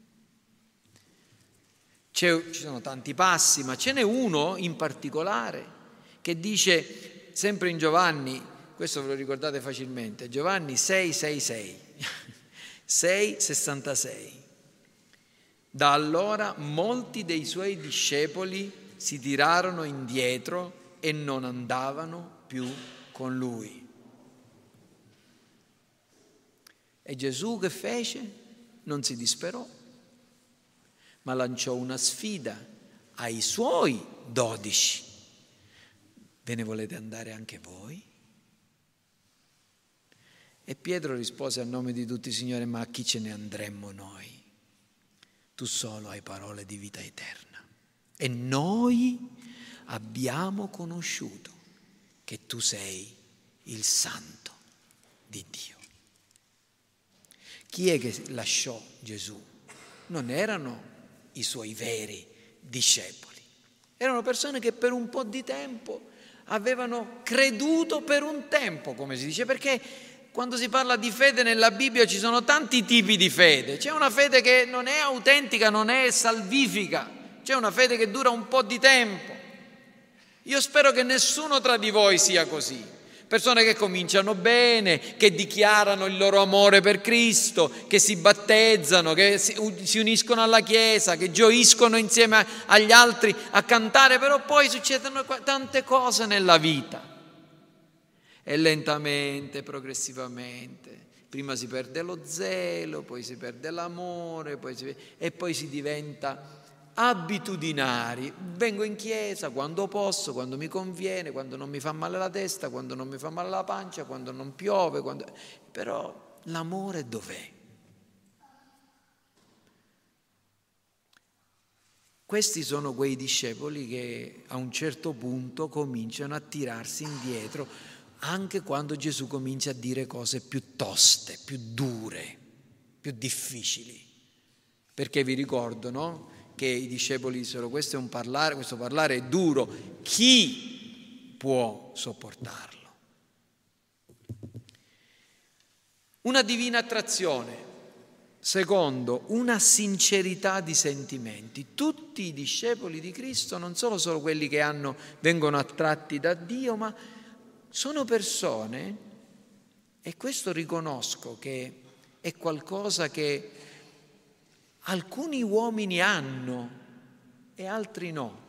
C'è, ci sono tanti passi, ma ce n'è uno in particolare che dice, sempre in Giovanni, questo ve lo ricordate facilmente, Giovanni sei sessantasei, sei sessantasei. Da allora molti dei suoi discepoli si tirarono indietro e non andavano più con lui. E Gesù che fece? Non si disperò, ma lanciò una sfida ai suoi dodici. ve ne volete andare anche voi? E Pietro rispose a nome di tutti: Signore, ma a chi ce ne andremmo noi? Tu solo hai parole di vita eterna. E noi abbiamo conosciuto che tu sei il Santo di Dio. Chi è che lasciò Gesù? Non erano i suoi veri discepoli, erano persone che per un po' di tempo avevano creduto per un tempo, come si dice, perché quando si parla di fede nella Bibbia ci sono tanti tipi di fede. C'è una fede che non è autentica, non è salvifica, c'è una fede che dura un po' di tempo. Io spero che nessuno tra di voi sia così. Persone che cominciano bene, che dichiarano il loro amore per Cristo, che si battezzano, che si uniscono alla Chiesa, che gioiscono insieme agli altri a cantare, però poi succedono tante cose nella vita. E lentamente, progressivamente, prima si perde lo zelo, poi si perde l'amore, poi si... e poi si diventa abitudinari. Vengo in chiesa quando posso, quando mi conviene, quando non mi fa male la testa, quando non mi fa male la pancia, quando non piove, quando... però l'amore dov'è? Questi sono quei discepoli che a un certo punto cominciano a tirarsi indietro, anche quando Gesù comincia a dire cose più toste, più dure, più difficili. Perché vi ricordo, no? Che i discepoli dissero: questo è un parlare, questo parlare è duro, chi può sopportarlo? Una divina attrazione. Secondo, una sincerità di sentimenti. Tutti i discepoli di Cristo non sono solo quelli che hanno, vengono attratti da Dio, ma sono persone, e questo riconosco che è qualcosa che alcuni uomini hanno e altri no.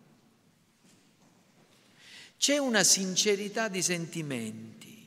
C'è una sincerità di sentimenti.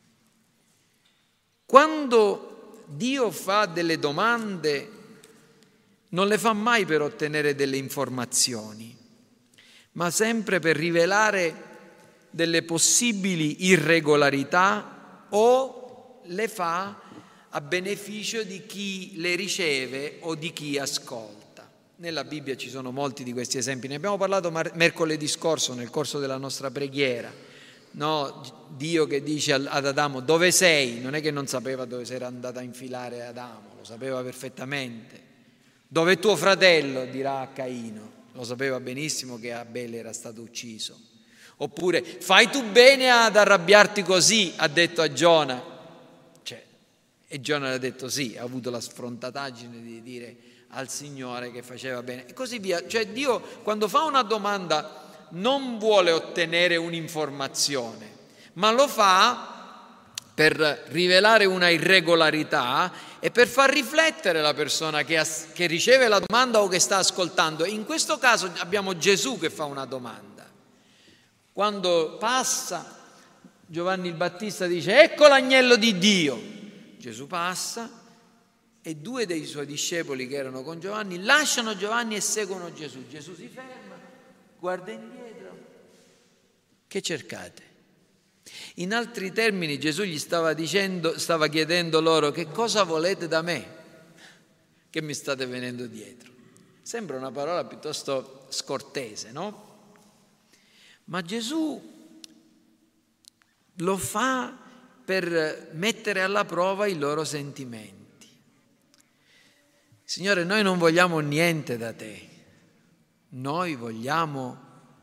Quando Dio fa delle domande, non le fa mai per ottenere delle informazioni, ma sempre per rivelare delle possibili irregolarità, o le fa a beneficio di chi le riceve o di chi ascolta. Nella Bibbia ci sono molti di questi esempi, ne abbiamo parlato mercoledì scorso nel corso della nostra preghiera, no? Dio che dice ad Adamo: dove sei? Non è che non sapeva dove si era andata a infilare Adamo, lo sapeva perfettamente. Dove è tuo fratello? Dirà a Caino, lo sapeva benissimo che Abele era stato ucciso. Oppure: fai tu bene ad arrabbiarti così, ha detto a Giona. E Giona ha detto sì, ha avuto la sfrontataggine di dire al Signore che faceva bene e così via. Cioè Dio, quando fa una domanda, non vuole ottenere un'informazione, ma lo fa per rivelare una irregolarità e per far riflettere la persona che, as- che riceve la domanda o che sta ascoltando. In questo caso abbiamo Gesù che fa una domanda. Quando passa, Giovanni il Battista dice: ecco l'agnello di Dio. Gesù passa e due dei suoi discepoli che erano con Giovanni lasciano Giovanni e seguono Gesù. Gesù si ferma, guarda indietro: che cercate? In altri termini Gesù gli stava dicendo, stava chiedendo loro: che cosa volete da me che mi state venendo dietro? Sembra una parola piuttosto scortese, no? Ma Gesù lo fa per mettere alla prova i loro sentimenti. Signore, noi non vogliamo niente da te, noi vogliamo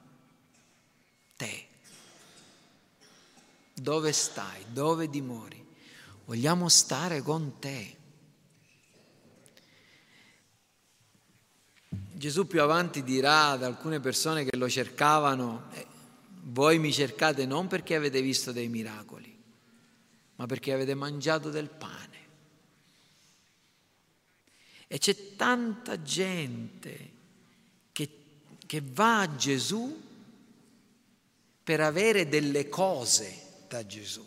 te. Dove stai? Dove dimori? Vogliamo stare con te. Gesù più avanti dirà ad alcune persone che lo cercavano: eh, voi mi cercate non perché avete visto dei miracoli, ma perché avete mangiato del pane. E c'è tanta gente che, che va a Gesù per avere delle cose da Gesù.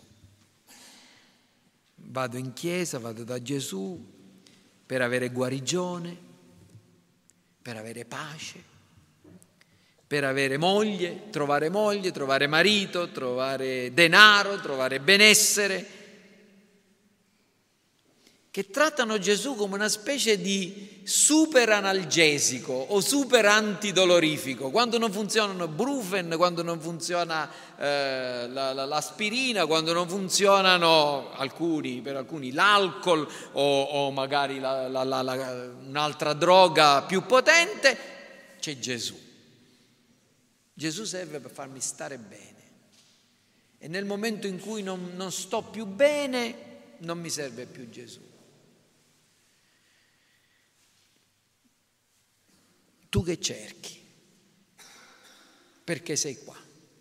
Vado in chiesa, vado da Gesù per avere guarigione, per avere pace, per avere moglie, trovare moglie, trovare marito, trovare denaro, trovare benessere, che trattano Gesù come una specie di super analgesico o super antidolorifico. Quando non funzionano Brufen, quando non funziona eh, la, la, l'aspirina, quando non funzionano alcuni, per alcuni l'alcol o, o magari la, la, la, la, un'altra droga più potente, c'è Gesù. Gesù serve per farmi stare bene. E nel momento in cui non, non sto più bene, non mi serve più Gesù. Tu che cerchi? Perché sei qua?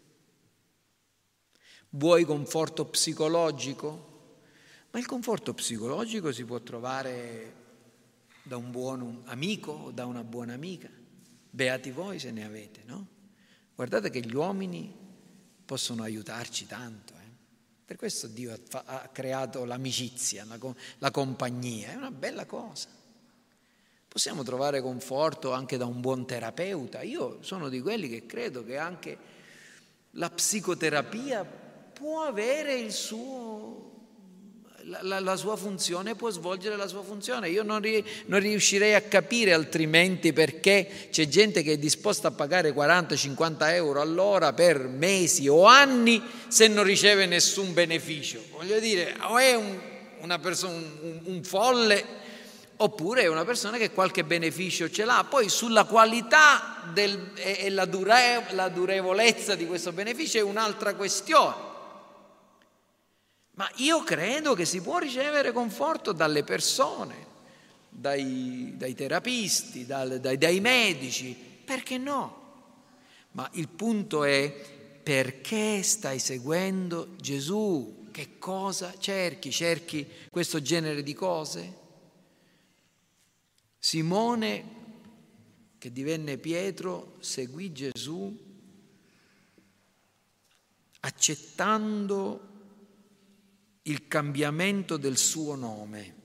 Vuoi conforto psicologico? Ma il conforto psicologico si può trovare da un buon amico o da una buona amica. Beati voi se ne avete, no? Guardate che gli uomini possono aiutarci tanto. Eh? Per questo Dio ha, fa- ha creato l'amicizia, la, la compagnia. È una bella cosa. Possiamo trovare conforto anche da un buon terapeuta. Io sono di quelli che credo che anche la psicoterapia può avere il suo, la, la, la sua funzione, può svolgere la sua funzione. Io non, ri, non riuscirei a capire altrimenti perché c'è gente che è disposta a pagare quaranta cinquanta euro all'ora per mesi o anni se non riceve nessun beneficio. Voglio dire, o è un, una persona, un, un folle, oppure è una persona che qualche beneficio ce l'ha. Poi sulla qualità del, e, e la, dure, la durevolezza di questo beneficio è un'altra questione. Ma io credo che si può ricevere conforto dalle persone, dai, dai terapisti, dal, dai, dai medici, perché no? Ma il punto è: perché stai seguendo Gesù? Che cosa cerchi? Cerchi questo genere di cose? Simone, che divenne Pietro, seguì Gesù accettando il cambiamento del suo nome.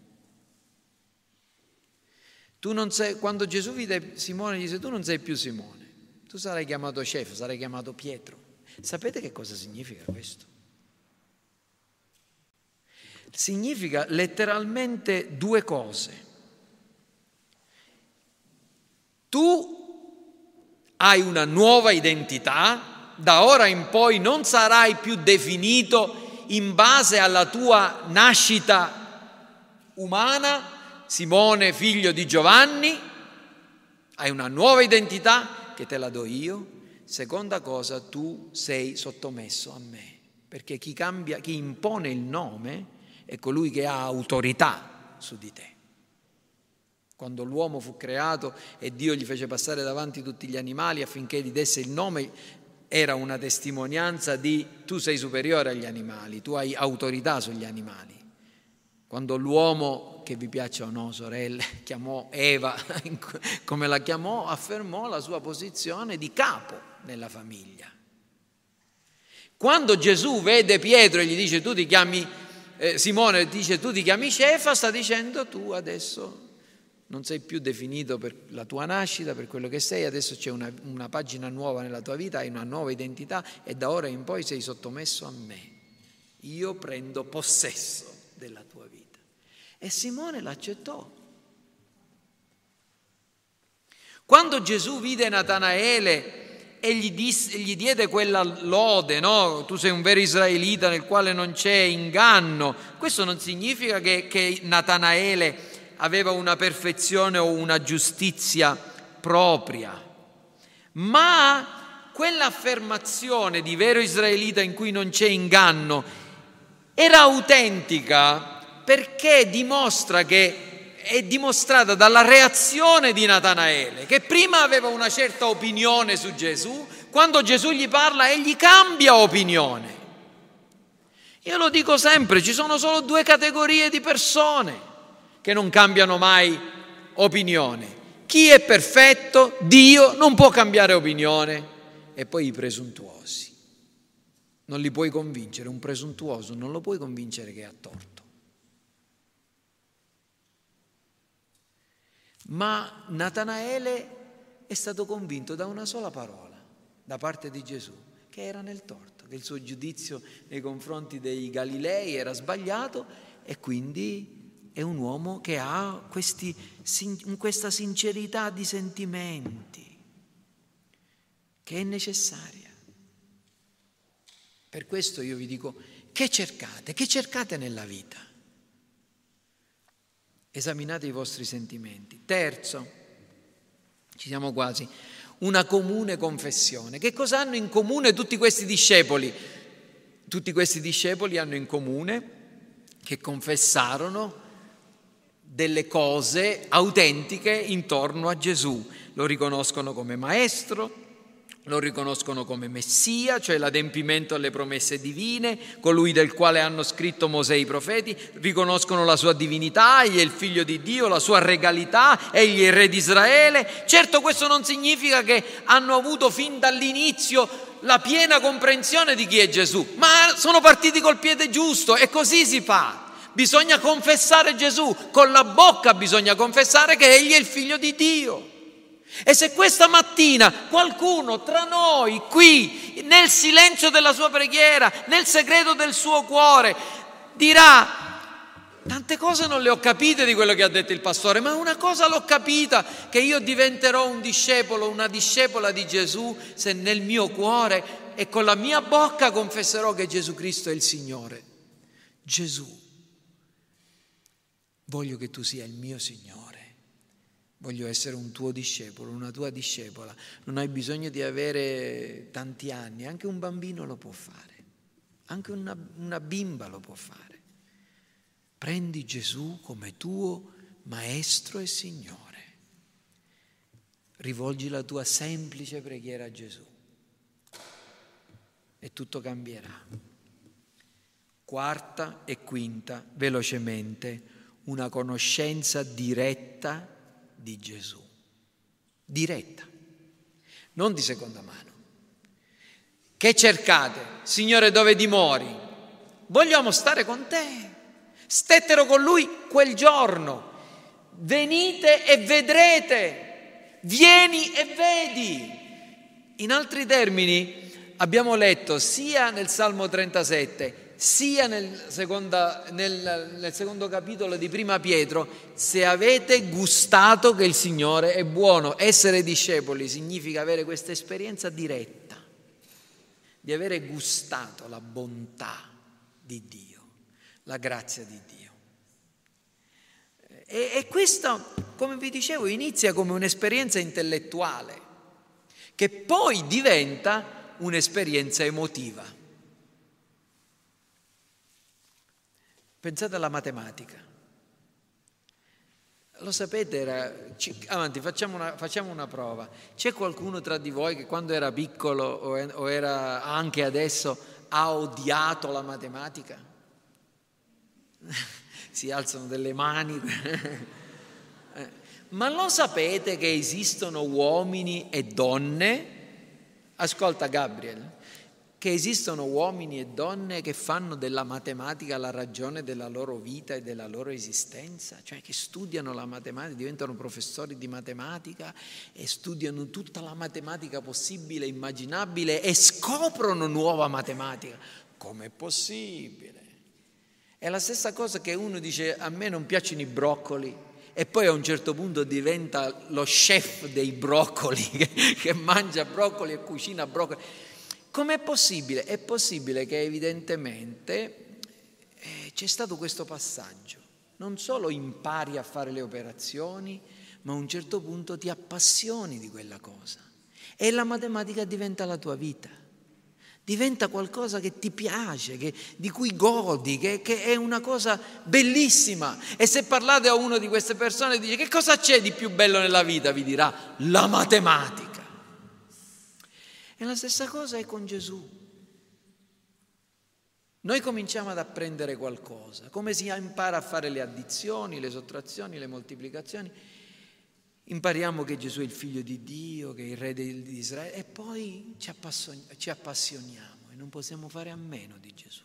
Tu non sei, quando Gesù vide Simone, gli disse: tu non sei più Simone, tu sarai chiamato Cefa, sarai chiamato Pietro. Sapete che cosa significa questo? Significa letteralmente due cose. Tu hai una nuova identità, da ora in poi non sarai più definito in base alla tua nascita umana, Simone figlio di Giovanni, hai una nuova identità che te la do io. Seconda cosa, tu sei sottomesso a me, perché chi cambia, chi impone il nome è colui che ha autorità su di te. Quando l'uomo fu creato e Dio gli fece passare davanti tutti gli animali affinché gli desse il nome, era una testimonianza di: tu sei superiore agli animali, tu hai autorità sugli animali. Quando l'uomo, che vi piaccia o no, sorelle, chiamò Eva come la chiamò, affermò la sua posizione di capo nella famiglia. Quando Gesù vede Pietro e gli dice: tu ti chiami eh, Simone, dice: tu ti chiami Cefa, sta dicendo: tu adesso non sei più definito per la tua nascita, per quello che sei, adesso c'è una, una pagina nuova nella tua vita, hai una nuova identità e da ora in poi sei sottomesso a me. Io prendo possesso della tua vita. E Simone l'accettò. Quando Gesù vide Natanaele e gli, disse, gli diede quella lode, no? Tu sei un vero israelita nel quale non c'è inganno, questo non significa che, che Natanaele aveva una perfezione o una giustizia propria, ma quell'affermazione di vero israelita in cui non c'è inganno era autentica perché dimostra che è dimostrata dalla reazione di Natanaele, che prima aveva una certa opinione su Gesù, quando Gesù gli parla egli cambia opinione. Io lo dico sempre, ci sono solo due categorie di persone che non cambiano mai opinione: chi è perfetto, Dio, non può cambiare opinione, e poi i presuntuosi. Non li puoi convincere, un presuntuoso non lo puoi convincere che ha torto. Ma Natanaele è stato convinto da una sola parola: da parte di Gesù, che era nel torto, che il suo giudizio nei confronti dei Galilei era sbagliato e quindi è un uomo che ha questi, questa sincerità di sentimenti che è necessaria. Per questo io vi dico, che cercate? Che cercate nella vita? Esaminate i vostri sentimenti. Terzo, ci siamo quasi, una comune confessione. Che cosa hanno in comune tutti questi discepoli? Tutti questi discepoli hanno in comune che confessarono delle cose autentiche intorno a Gesù. Lo riconoscono come maestro, lo riconoscono come Messia, cioè l'adempimento alle promesse divine, colui del quale hanno scritto Mosè e i profeti, riconoscono la sua divinità, egli è il figlio di Dio, la sua regalità, egli è il re di Israele. Certo, questo non significa che hanno avuto fin dall'inizio la piena comprensione di chi è Gesù, ma sono partiti col piede giusto e così si fa. Bisogna confessare Gesù, con la bocca bisogna confessare che egli è il figlio di Dio. E se questa mattina qualcuno tra noi qui, nel silenzio della sua preghiera, nel segreto del suo cuore, dirà: tante cose non le ho capite di quello che ha detto il pastore, ma una cosa l'ho capita, che io diventerò un discepolo, una discepola di Gesù, se nel mio cuore e con la mia bocca confesserò che Gesù Cristo è il Signore. Gesù, voglio che tu sia il mio Signore. Voglio essere un tuo discepolo, una tua discepola. Non hai bisogno di avere tanti anni, anche un bambino lo può fare, anche una, una bimba lo può fare. Prendi Gesù come tuo Maestro e Signore. Rivolgi la tua semplice preghiera a Gesù e tutto cambierà. Quarta e quinta, velocemente, una conoscenza diretta di Gesù, diretta, non di seconda mano. Che cercate? Signore, dove dimori? Vogliamo stare con te. Stettero con lui quel giorno. Venite e vedrete, vieni e vedi. In altri termini, abbiamo letto sia nel Salmo trentasette sia nel, seconda, nel, nel secondo capitolo di Prima Pietro: se avete gustato che il Signore è buono. Essere discepoli significa avere questa esperienza diretta, di avere gustato la bontà di Dio, la grazia di Dio. E, e questo, come vi dicevo, inizia come un'esperienza intellettuale, che poi diventa un'esperienza emotiva. Pensate alla matematica. Lo sapete, era, avanti, facciamo una, facciamo una prova. C'è qualcuno tra di voi che quando era piccolo o era anche adesso ha odiato la matematica? Si alzano delle mani. Ma lo sapete che esistono uomini e donne? Ascolta, Gabriel. Che esistono uomini e donne che fanno della matematica la ragione della loro vita e della loro esistenza, cioè che studiano la matematica, diventano professori di matematica e studiano tutta la matematica possibile e immaginabile e scoprono nuova matematica. Com'è possibile? È la stessa cosa che uno dice: a me non piacciono i broccoli, e poi a un certo punto diventa lo chef dei broccoli, che, che mangia broccoli e cucina broccoli. Com'è possibile? È possibile che evidentemente eh, c'è stato questo passaggio. Non solo impari a fare le operazioni, ma a un certo punto ti appassioni di quella cosa. E la matematica diventa la tua vita. Diventa qualcosa che ti piace, che, di cui godi, che, che è una cosa bellissima. E se parlate a uno di queste persone e dice: che cosa c'è di più bello nella vita? Vi dirà: la matematica. E la stessa cosa è con Gesù. Noi cominciamo ad apprendere qualcosa, come si impara a fare le addizioni, le sottrazioni, le moltiplicazioni. Impariamo che Gesù è il figlio di Dio, che è il re di Israele, e poi ci appassioniamo, ci appassioniamo e non possiamo fare a meno di Gesù.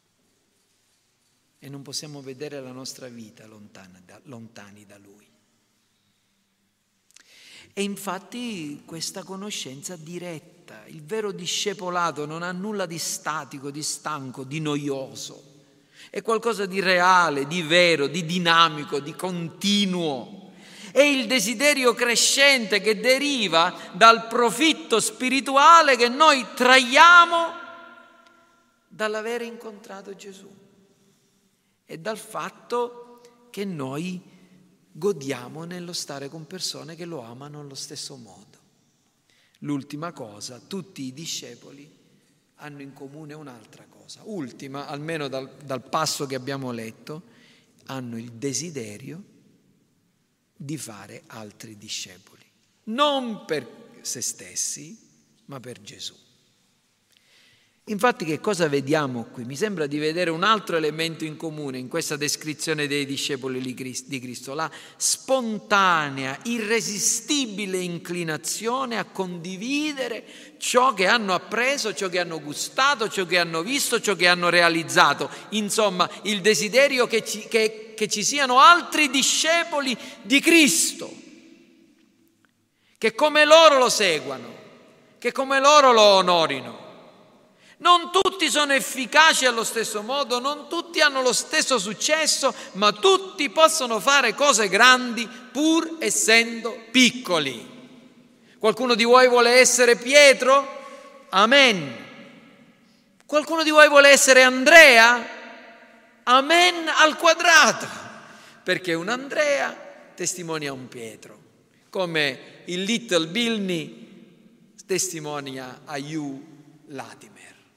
E non possiamo vedere la nostra vita lontana da, lontani da Lui. E infatti questa conoscenza diretta aspetta. Il vero discepolato non ha nulla di statico, di stanco, di noioso. È qualcosa di reale, di vero, di dinamico, di continuo. È il desiderio crescente che deriva dal profitto spirituale che noi traiamo dall'avere incontrato Gesù e dal fatto che noi godiamo nello stare con persone che lo amano allo stesso modo. L'ultima cosa, tutti i discepoli hanno in comune un'altra cosa. Ultima, almeno dal, dal passo che abbiamo letto, hanno il desiderio di fare altri discepoli. Non per se stessi, ma per Gesù. Infatti che cosa vediamo qui? Mi sembra di vedere un altro elemento in comune in questa descrizione dei discepoli di Cristo, la spontanea, irresistibile inclinazione a condividere ciò che hanno appreso, ciò che hanno gustato, ciò che hanno visto, ciò che hanno realizzato. Insomma, il desiderio che ci, che, che ci siano altri discepoli di Cristo, che come loro lo seguano, che come loro lo onorino. Non tutti sono efficaci allo stesso modo, non tutti hanno lo stesso successo, ma tutti possono fare cose grandi pur essendo piccoli. Qualcuno di voi vuole essere Pietro? Amen. Qualcuno di voi vuole essere Andrea? Amen al quadrato. Perché un Andrea testimonia un Pietro, come il Little Billy testimonia a Hugh Latimer.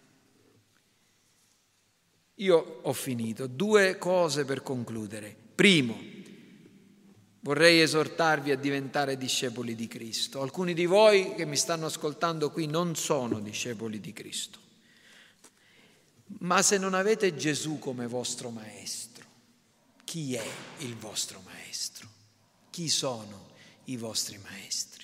Io ho finito. Due cose per concludere. Primo, vorrei esortarvi a diventare discepoli di Cristo. Alcuni di voi che mi stanno ascoltando qui non sono discepoli di Cristo. Ma se non avete Gesù come vostro maestro, chi è il vostro maestro? Chi sono i vostri maestri?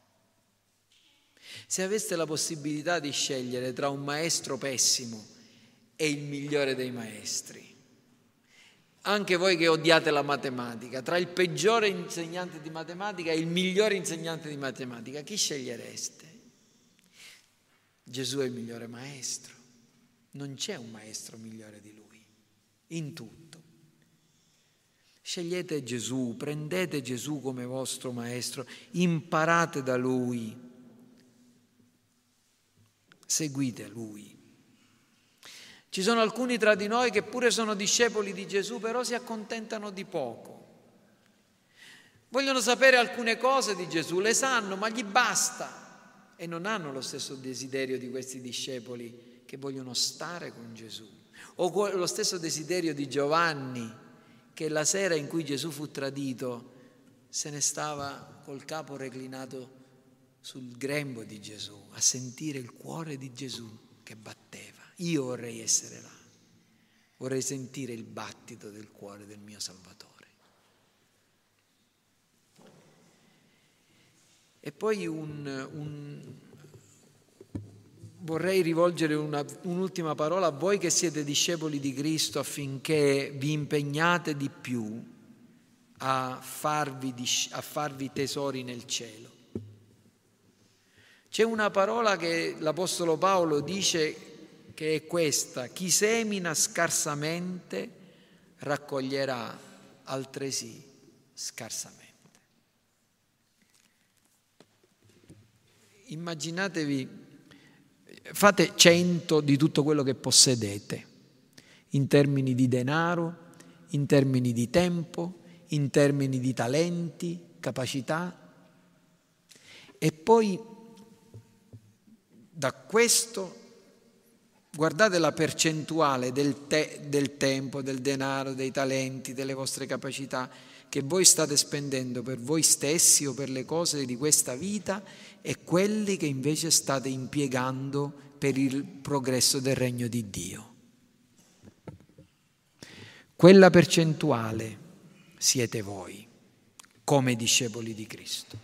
Se aveste la possibilità di scegliere tra un maestro pessimo e il migliore dei maestri, anche voi che odiate la matematica, tra il peggiore insegnante di matematica e il migliore insegnante di matematica, chi scegliereste? Gesù è il migliore maestro, non c'è un maestro migliore di lui, in tutto. Scegliete Gesù, prendete Gesù come vostro maestro, imparate da lui, seguite lui. Ci sono alcuni tra di noi che pure sono discepoli di Gesù, però si accontentano di poco. Vogliono sapere alcune cose di Gesù, le sanno, ma gli basta. E non hanno lo stesso desiderio di questi discepoli che vogliono stare con Gesù. O lo stesso desiderio di Giovanni, che la sera in cui Gesù fu tradito se ne stava col capo reclinato sul grembo di Gesù, a sentire il cuore di Gesù che batteva. Io vorrei essere là, vorrei sentire il battito del cuore del mio Salvatore. E poi un, un, vorrei rivolgere una, un'ultima parola a voi che siete discepoli di Cristo, affinché vi impegnate di più a farvi, a farvi tesori nel cielo. C'è una parola che l'Apostolo Paolo dice che è questa: chi semina scarsamente raccoglierà altresì scarsamente. Immaginatevi, fate cento di tutto quello che possedete, in termini di denaro, in termini di tempo, in termini di talenti, capacità, e poi da questo guardate la percentuale del, te, del tempo, del denaro, dei talenti, delle vostre capacità che voi state spendendo per voi stessi o per le cose di questa vita e quelli che invece state impiegando per il progresso del regno di Dio. Quella percentuale siete voi, come discepoli di Cristo.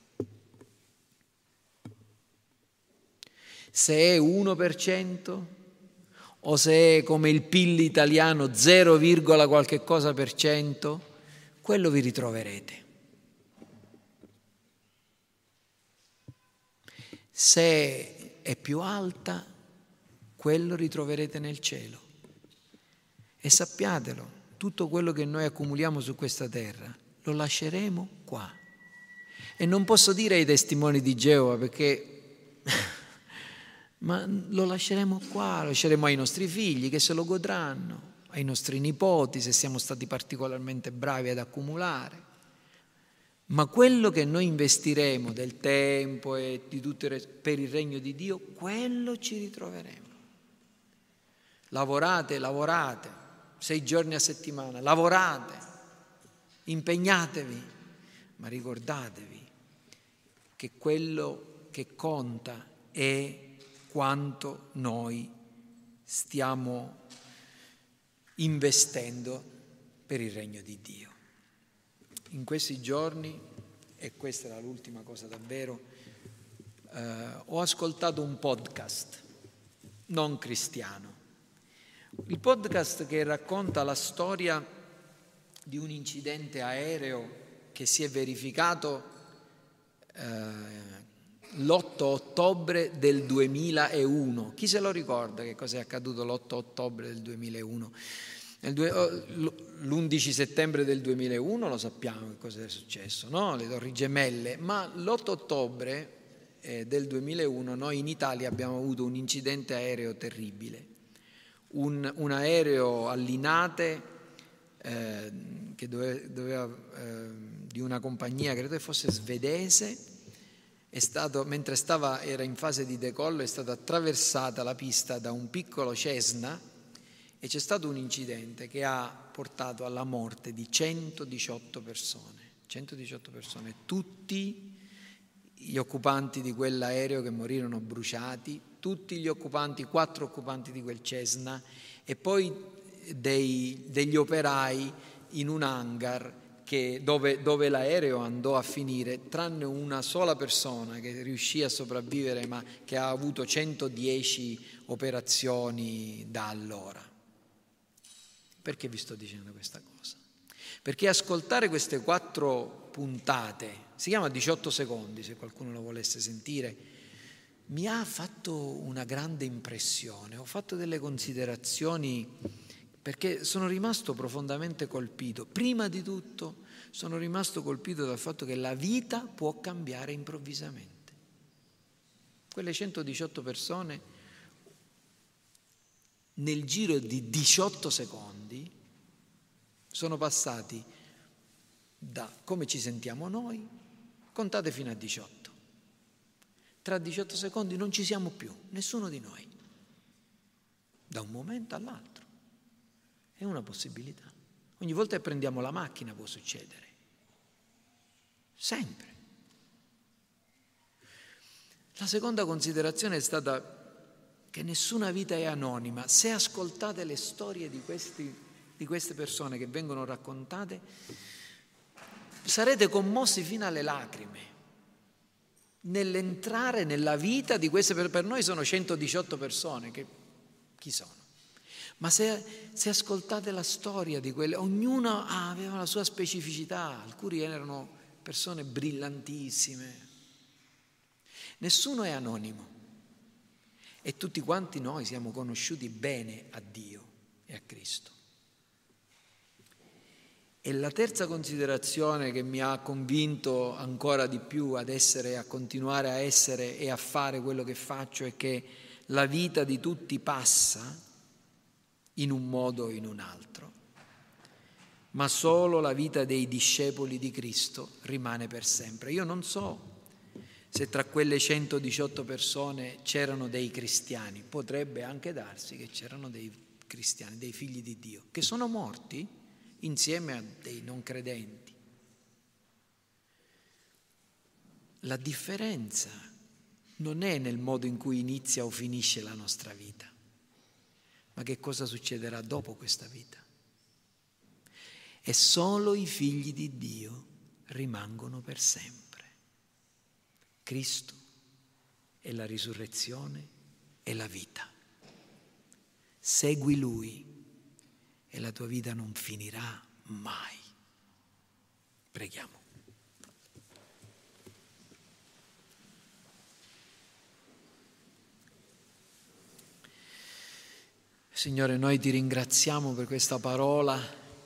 Se è uno per cento o se è come il P I L italiano zero, qualche cosa per cento, quello vi ritroverete. Se è più alta, quello ritroverete nel cielo. E sappiatelo, tutto quello che noi accumuliamo su questa terra lo lasceremo qua. E non posso dire ai testimoni di Geova perché ma lo lasceremo qua, lo lasceremo ai nostri figli che se lo godranno, ai nostri nipoti se siamo stati particolarmente bravi ad accumulare. Ma quello che noi investiremo del tempo e di tutto il, per il regno di Dio, quello ci ritroveremo. Lavorate, lavorate, sei giorni a settimana, lavorate, impegnatevi, ma ricordatevi che quello che conta è quanto noi stiamo investendo per il regno di Dio. In questi giorni, e questa era l'ultima cosa davvero, eh, ho ascoltato un podcast non cristiano, il podcast che racconta la storia di un incidente aereo che si è verificato eh, l'otto ottobre del duemilauno. Chi se lo ricorda che cosa è accaduto l'otto ottobre del duemilauno? L'undici settembre del duemilauno lo sappiamo che cosa è successo, no? Le Torri Gemelle, ma l'otto ottobre eh, del duemilauno noi in Italia abbiamo avuto un incidente aereo terribile, un, un aereo a Linate eh, che doveva, doveva eh, di una compagnia, credo che fosse svedese, è stato, mentre stava, era in fase di decollo, è stata attraversata la pista da un piccolo Cessna e c'è stato un incidente che ha portato alla morte di centodiciotto persone, centodiciotto persone, tutti gli occupanti di quell'aereo che morirono bruciati, tutti gli occupanti, quattro occupanti di quel Cessna e poi dei, degli operai in un hangar che, dove, dove l'aereo andò a finire, tranne una sola persona che riuscì a sopravvivere ma che ha avuto centodieci operazioni da allora. Perché vi sto dicendo questa cosa? Perché ascoltare queste quattro puntate, si chiama diciotto secondi se qualcuno lo volesse sentire, mi ha fatto una grande impressione, ho fatto delle considerazioni perché sono rimasto profondamente colpito. Prima di tutto sono rimasto colpito dal fatto che la vita può cambiare improvvisamente. Quelle centodiciotto persone nel giro di diciotto secondi sono passati da come ci sentiamo noi, contate fino a diciotto. Tra diciotto secondi non ci siamo più, nessuno di noi, da un momento all'altro. È una possibilità. Ogni volta che prendiamo la macchina può succedere. Sempre. La seconda considerazione è stata che nessuna vita è anonima. Se ascoltate le storie di, questi, di queste persone che vengono raccontate, sarete commossi fino alle lacrime nell'entrare nella vita di queste persone. Per noi sono centodiciotto persone, che chi sono? Ma se, se ascoltate la storia di quelle, ognuno ah, aveva la sua specificità, alcuni erano persone brillantissime. Nessuno è anonimo. E tutti quanti noi siamo conosciuti bene a Dio e a Cristo. E la terza considerazione che mi ha convinto ancora di più ad essere, a continuare a essere e a fare quello che faccio è che la vita di tutti passa in un modo o in un altro, ma solo la vita dei discepoli di Cristo rimane per sempre. Io non so se tra quelle centodiciotto persone c'erano dei cristiani, potrebbe anche darsi che c'erano dei cristiani, dei figli di Dio, che sono morti insieme a dei non credenti. La differenza non è nel modo in cui inizia o finisce la nostra vita, ma che cosa succederà dopo questa vita. E solo i figli di Dio rimangono per sempre. Cristo è la risurrezione e la vita. Segui Lui e la tua vita non finirà mai. Preghiamo. Signore, noi ti ringraziamo per questa parola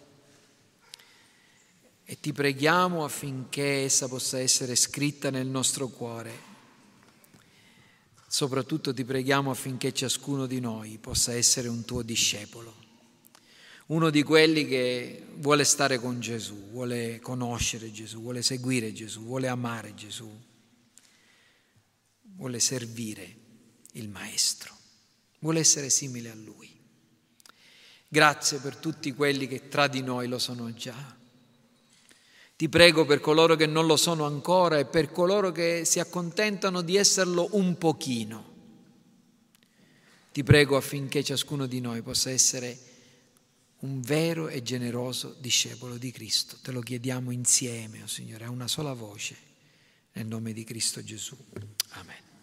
e ti preghiamo affinché essa possa essere scritta nel nostro cuore. Soprattutto ti preghiamo affinché ciascuno di noi possa essere un tuo discepolo, uno di quelli che vuole stare con Gesù, vuole conoscere Gesù, vuole seguire Gesù, vuole amare Gesù, vuole servire il Maestro, vuole essere simile a Lui. Grazie per tutti quelli che tra di noi lo sono già. Ti prego per coloro che non lo sono ancora e per coloro che si accontentano di esserlo un pochino. Ti prego affinché ciascuno di noi possa essere un vero e generoso discepolo di Cristo. Te lo chiediamo insieme, oh Signore, a una sola voce, nel nome di Cristo Gesù. Amen.